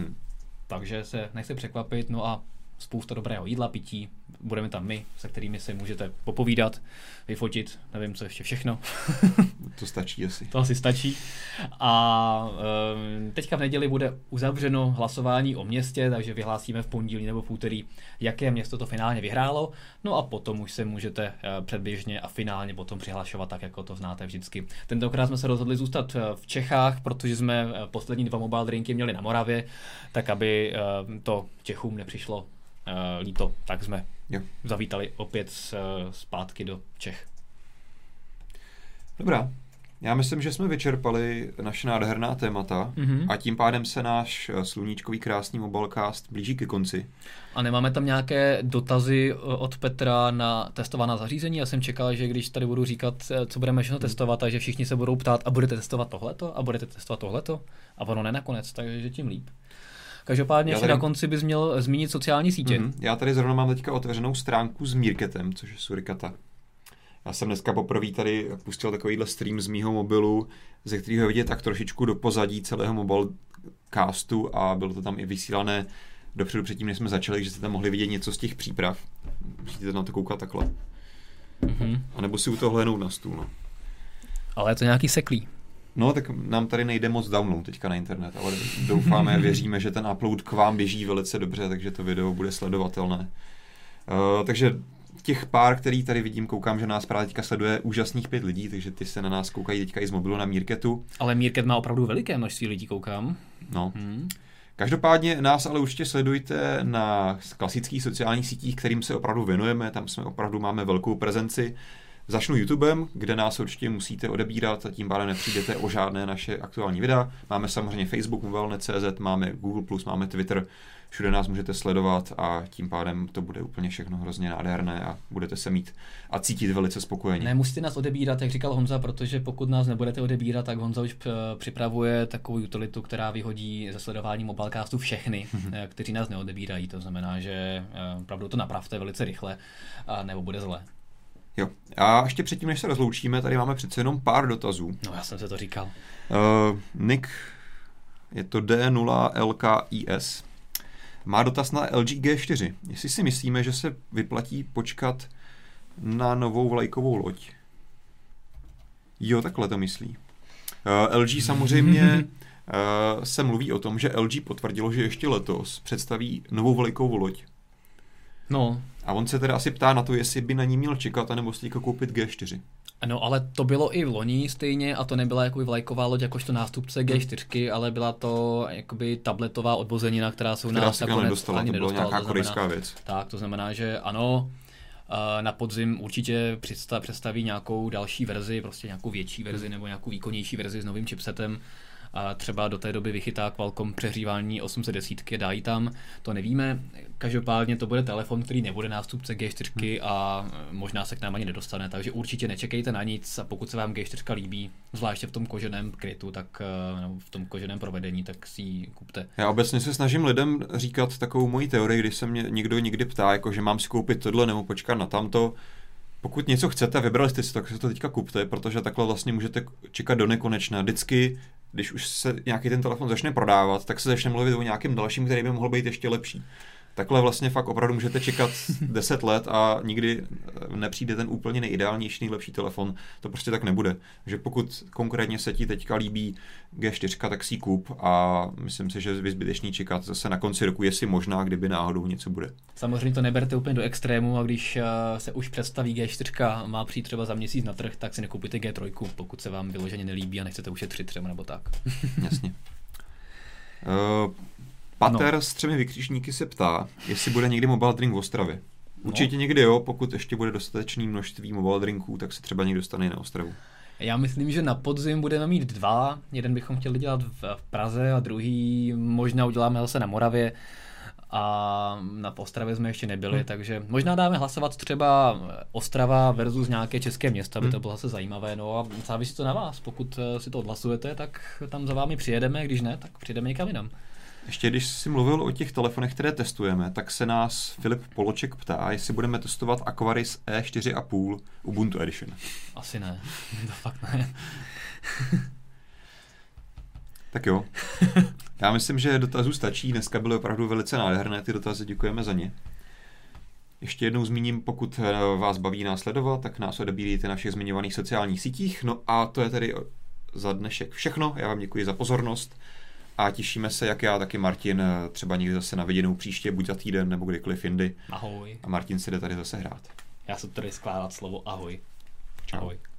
Takže se nechce překvapit. No a spousta dobrého jídla, pití. Budeme tam my, se kterými se můžete popovídat, vyfotit, nevím co ještě všechno.
To stačí asi.
To asi stačí. A teďka v neděli bude uzavřeno hlasování o městě, takže vyhlásíme v pondělí nebo v úterý, jaké město to finálně vyhrálo. No a potom už se můžete předběžně a finálně potom přihlašovat, tak jako to znáte vždycky. Tentokrát jsme se rozhodli zůstat v Čechách, protože jsme poslední 2 mobile drinky měli na Moravě, tak aby to Čechům nepřišlo líto, tak jsme zavítali opět zpátky do Čech.
Dobrá. Já myslím, že jsme vyčerpali naše nádherná témata a tím pádem se náš sluníčkový krásný mobilecast blíží ke konci.
A nemáme tam nějaké dotazy od Petra na testovaná zařízení? Já jsem čekal, že když tady budu říkat, co budeme všechno testovat, takže všichni se budou ptát, a budete testovat tohleto? A budete testovat tohleto? A ono ne nakonec, takže tím líp. Každopádně ještě na konci bys měl zmínit sociální sítě.
Já tady zrovna mám teďka otevřenou stránku s Meerkatem, což je surikata. Já jsem dneska poprvé tady pustil takovýhle stream z mýho mobilu, ze kterého vidět tak trošičku do pozadí celého mobilecastu a bylo to tam i vysílané dopředu předtím, než jsme začali, že jste tam mohli vidět něco z těch příprav. Musíte na to koukat takhle. A nebo si u toho hlédnout na stůl. No.
Ale je to nějaký seklý.
No, tak nám tady nejde moc download teďka na internet, ale doufáme a věříme, že ten upload k vám běží velice dobře, takže to video bude sledovatelné. Takže těch pár, který tady vidím, koukám, že nás právě teďka sleduje úžasných 5 lidí, takže ty se na nás koukají teďka i z mobilu na Meerkatu.
Ale Meerkat má opravdu veliké množství lidí, koukám.
No. Každopádně nás ale určitě sledujte na klasických sociálních sítích, kterým se opravdu věnujeme, tam opravdu máme velkou prezenci. Začnu YouTubem, kde nás určitě musíte odebírat a tím pádem nepřijdete o žádné naše aktuální videa. Máme samozřejmě Facebook, mobilnet.cz, máme Google+, máme Twitter, všude nás můžete sledovat a tím pádem to bude úplně všechno hrozně nádherné a budete se mít a cítit velice spokojeně.
Nemusíte nás odebírat, jak říkal Honza, protože pokud nás nebudete odebírat, tak Honza už připravuje takovou utilitu, která vyhodí ze sledování mobilecastu všechny, kteří nás neodebírají. To znamená, že opravdu to napravte velice rychle, nebo bude zle.
Jo. A ještě předtím, než se rozloučíme, tady máme přece jenom pár dotazů.
No, já jsem se to říkal.
Nick, je to D0LKIS, má dotaz na LG G4. Jestli si myslíme, že se vyplatí počkat na novou vlajkovou loď? Jo, takhle to myslí. LG samozřejmě se mluví o tom, že LG potvrdilo, že ještě letos představí novou velikou loď.
No.
A on se teda asi ptá na to, jestli by na ní měl čekat, anebo si koupit G4.
No, ale to bylo i v loni stejně a to nebyla jakoby vlajková loď jakožto nástupce G4, ale byla to jakoby tabletová odvozenina, která se u nás nakonec ani
nedostala. To byla nějaká korejská věc.
Tak, to znamená, že ano, na podzim určitě představí nějakou další verzi, prostě nějakou větší verzi nebo nějakou výkonnější verzi s novým chipsetem. A třeba do té doby vychytá Qualcomm přehřívání 810, dají tam, to nevíme. Každopádně to bude telefon, který nebude nástupce G4 a možná se k nám ani nedostane, takže určitě nečekejte na nic a pokud se vám G4 líbí, zvláště v tom koženém krytu, tak nebo v tom koženém provedení, tak si ji kupte.
Já obecně se snažím lidem říkat takovou moji teorii, když se mě někdo někdy ptá, jako že mám si koupit tohle nebo počkat na tamto. Pokud něco chcete, vybrali jste si to, tak si to teďka kupte, protože takhle vlastně můžete čekat do nekonečna. Vždycky, když už se nějaký ten telefon začne prodávat, tak se začne mluvit o nějakém dalším, který by mohl být ještě lepší. Takhle vlastně fakt opravdu můžete čekat 10 let a nikdy nepřijde ten úplně nejideálnější, nejlepší telefon. To prostě tak nebude. Že pokud konkrétně se ti teďka líbí G4, tak si kup a myslím si, že je zbytečný čekat zase na konci roku, jestli možná, kdyby náhodou něco bude.
Samozřejmě to neberte úplně do extrému a když se už představí G4 a má přijít třeba za měsíc na trh, tak si nekupujte G3, pokud se vám vyloženě nelíbí a nechcete ušetřit třeba nebo tak.
Jasně. Pater s 3 vykřičníky se ptá, jestli bude někdy mobile drink v Ostravě. Určitě někdy jo, pokud ještě bude dostatečné množství mobile drinků, tak se třeba někdo dostane na Ostravu.
Já myslím, že na podzim budeme mít 2. Jeden bychom chtěli dělat v Praze a druhý možná uděláme zase na Moravě. A na Ostravě jsme ještě nebyli, takže možná dáme hlasovat třeba Ostrava versus nějaké české město, aby to bylo zase zajímavé. No a závisí to na vás. Pokud si to odhlasujete, tak tam za vámi přijedeme, když ne, tak přijedeme někam jinam.
Ještě když jsi mluvil o těch telefonech, které testujeme, tak se nás Filip Poloček ptá, jestli budeme testovat Aquaris E4,5 Ubuntu Edition.
Asi ne, to fakt ne.
Tak jo. Já myslím, že dotazů stačí. Dneska byly opravdu velice nádherné ty dotazy, děkujeme za ně. Ještě jednou zmíním, pokud vás baví následovat, tak nás odebírejte na všech zmiňovaných sociálních sítích. No a to je tedy za dnešek všechno. Já vám děkuji za pozornost a těšíme se, jak já, tak i Martin, třeba někdy zase na viděnou příště, buď za týden, nebo kdykoliv jindy.
Ahoj.
A Martin si jde tady zase hrát.
Já se tady skládat slovo ahoj.
Čau.
Ahoj.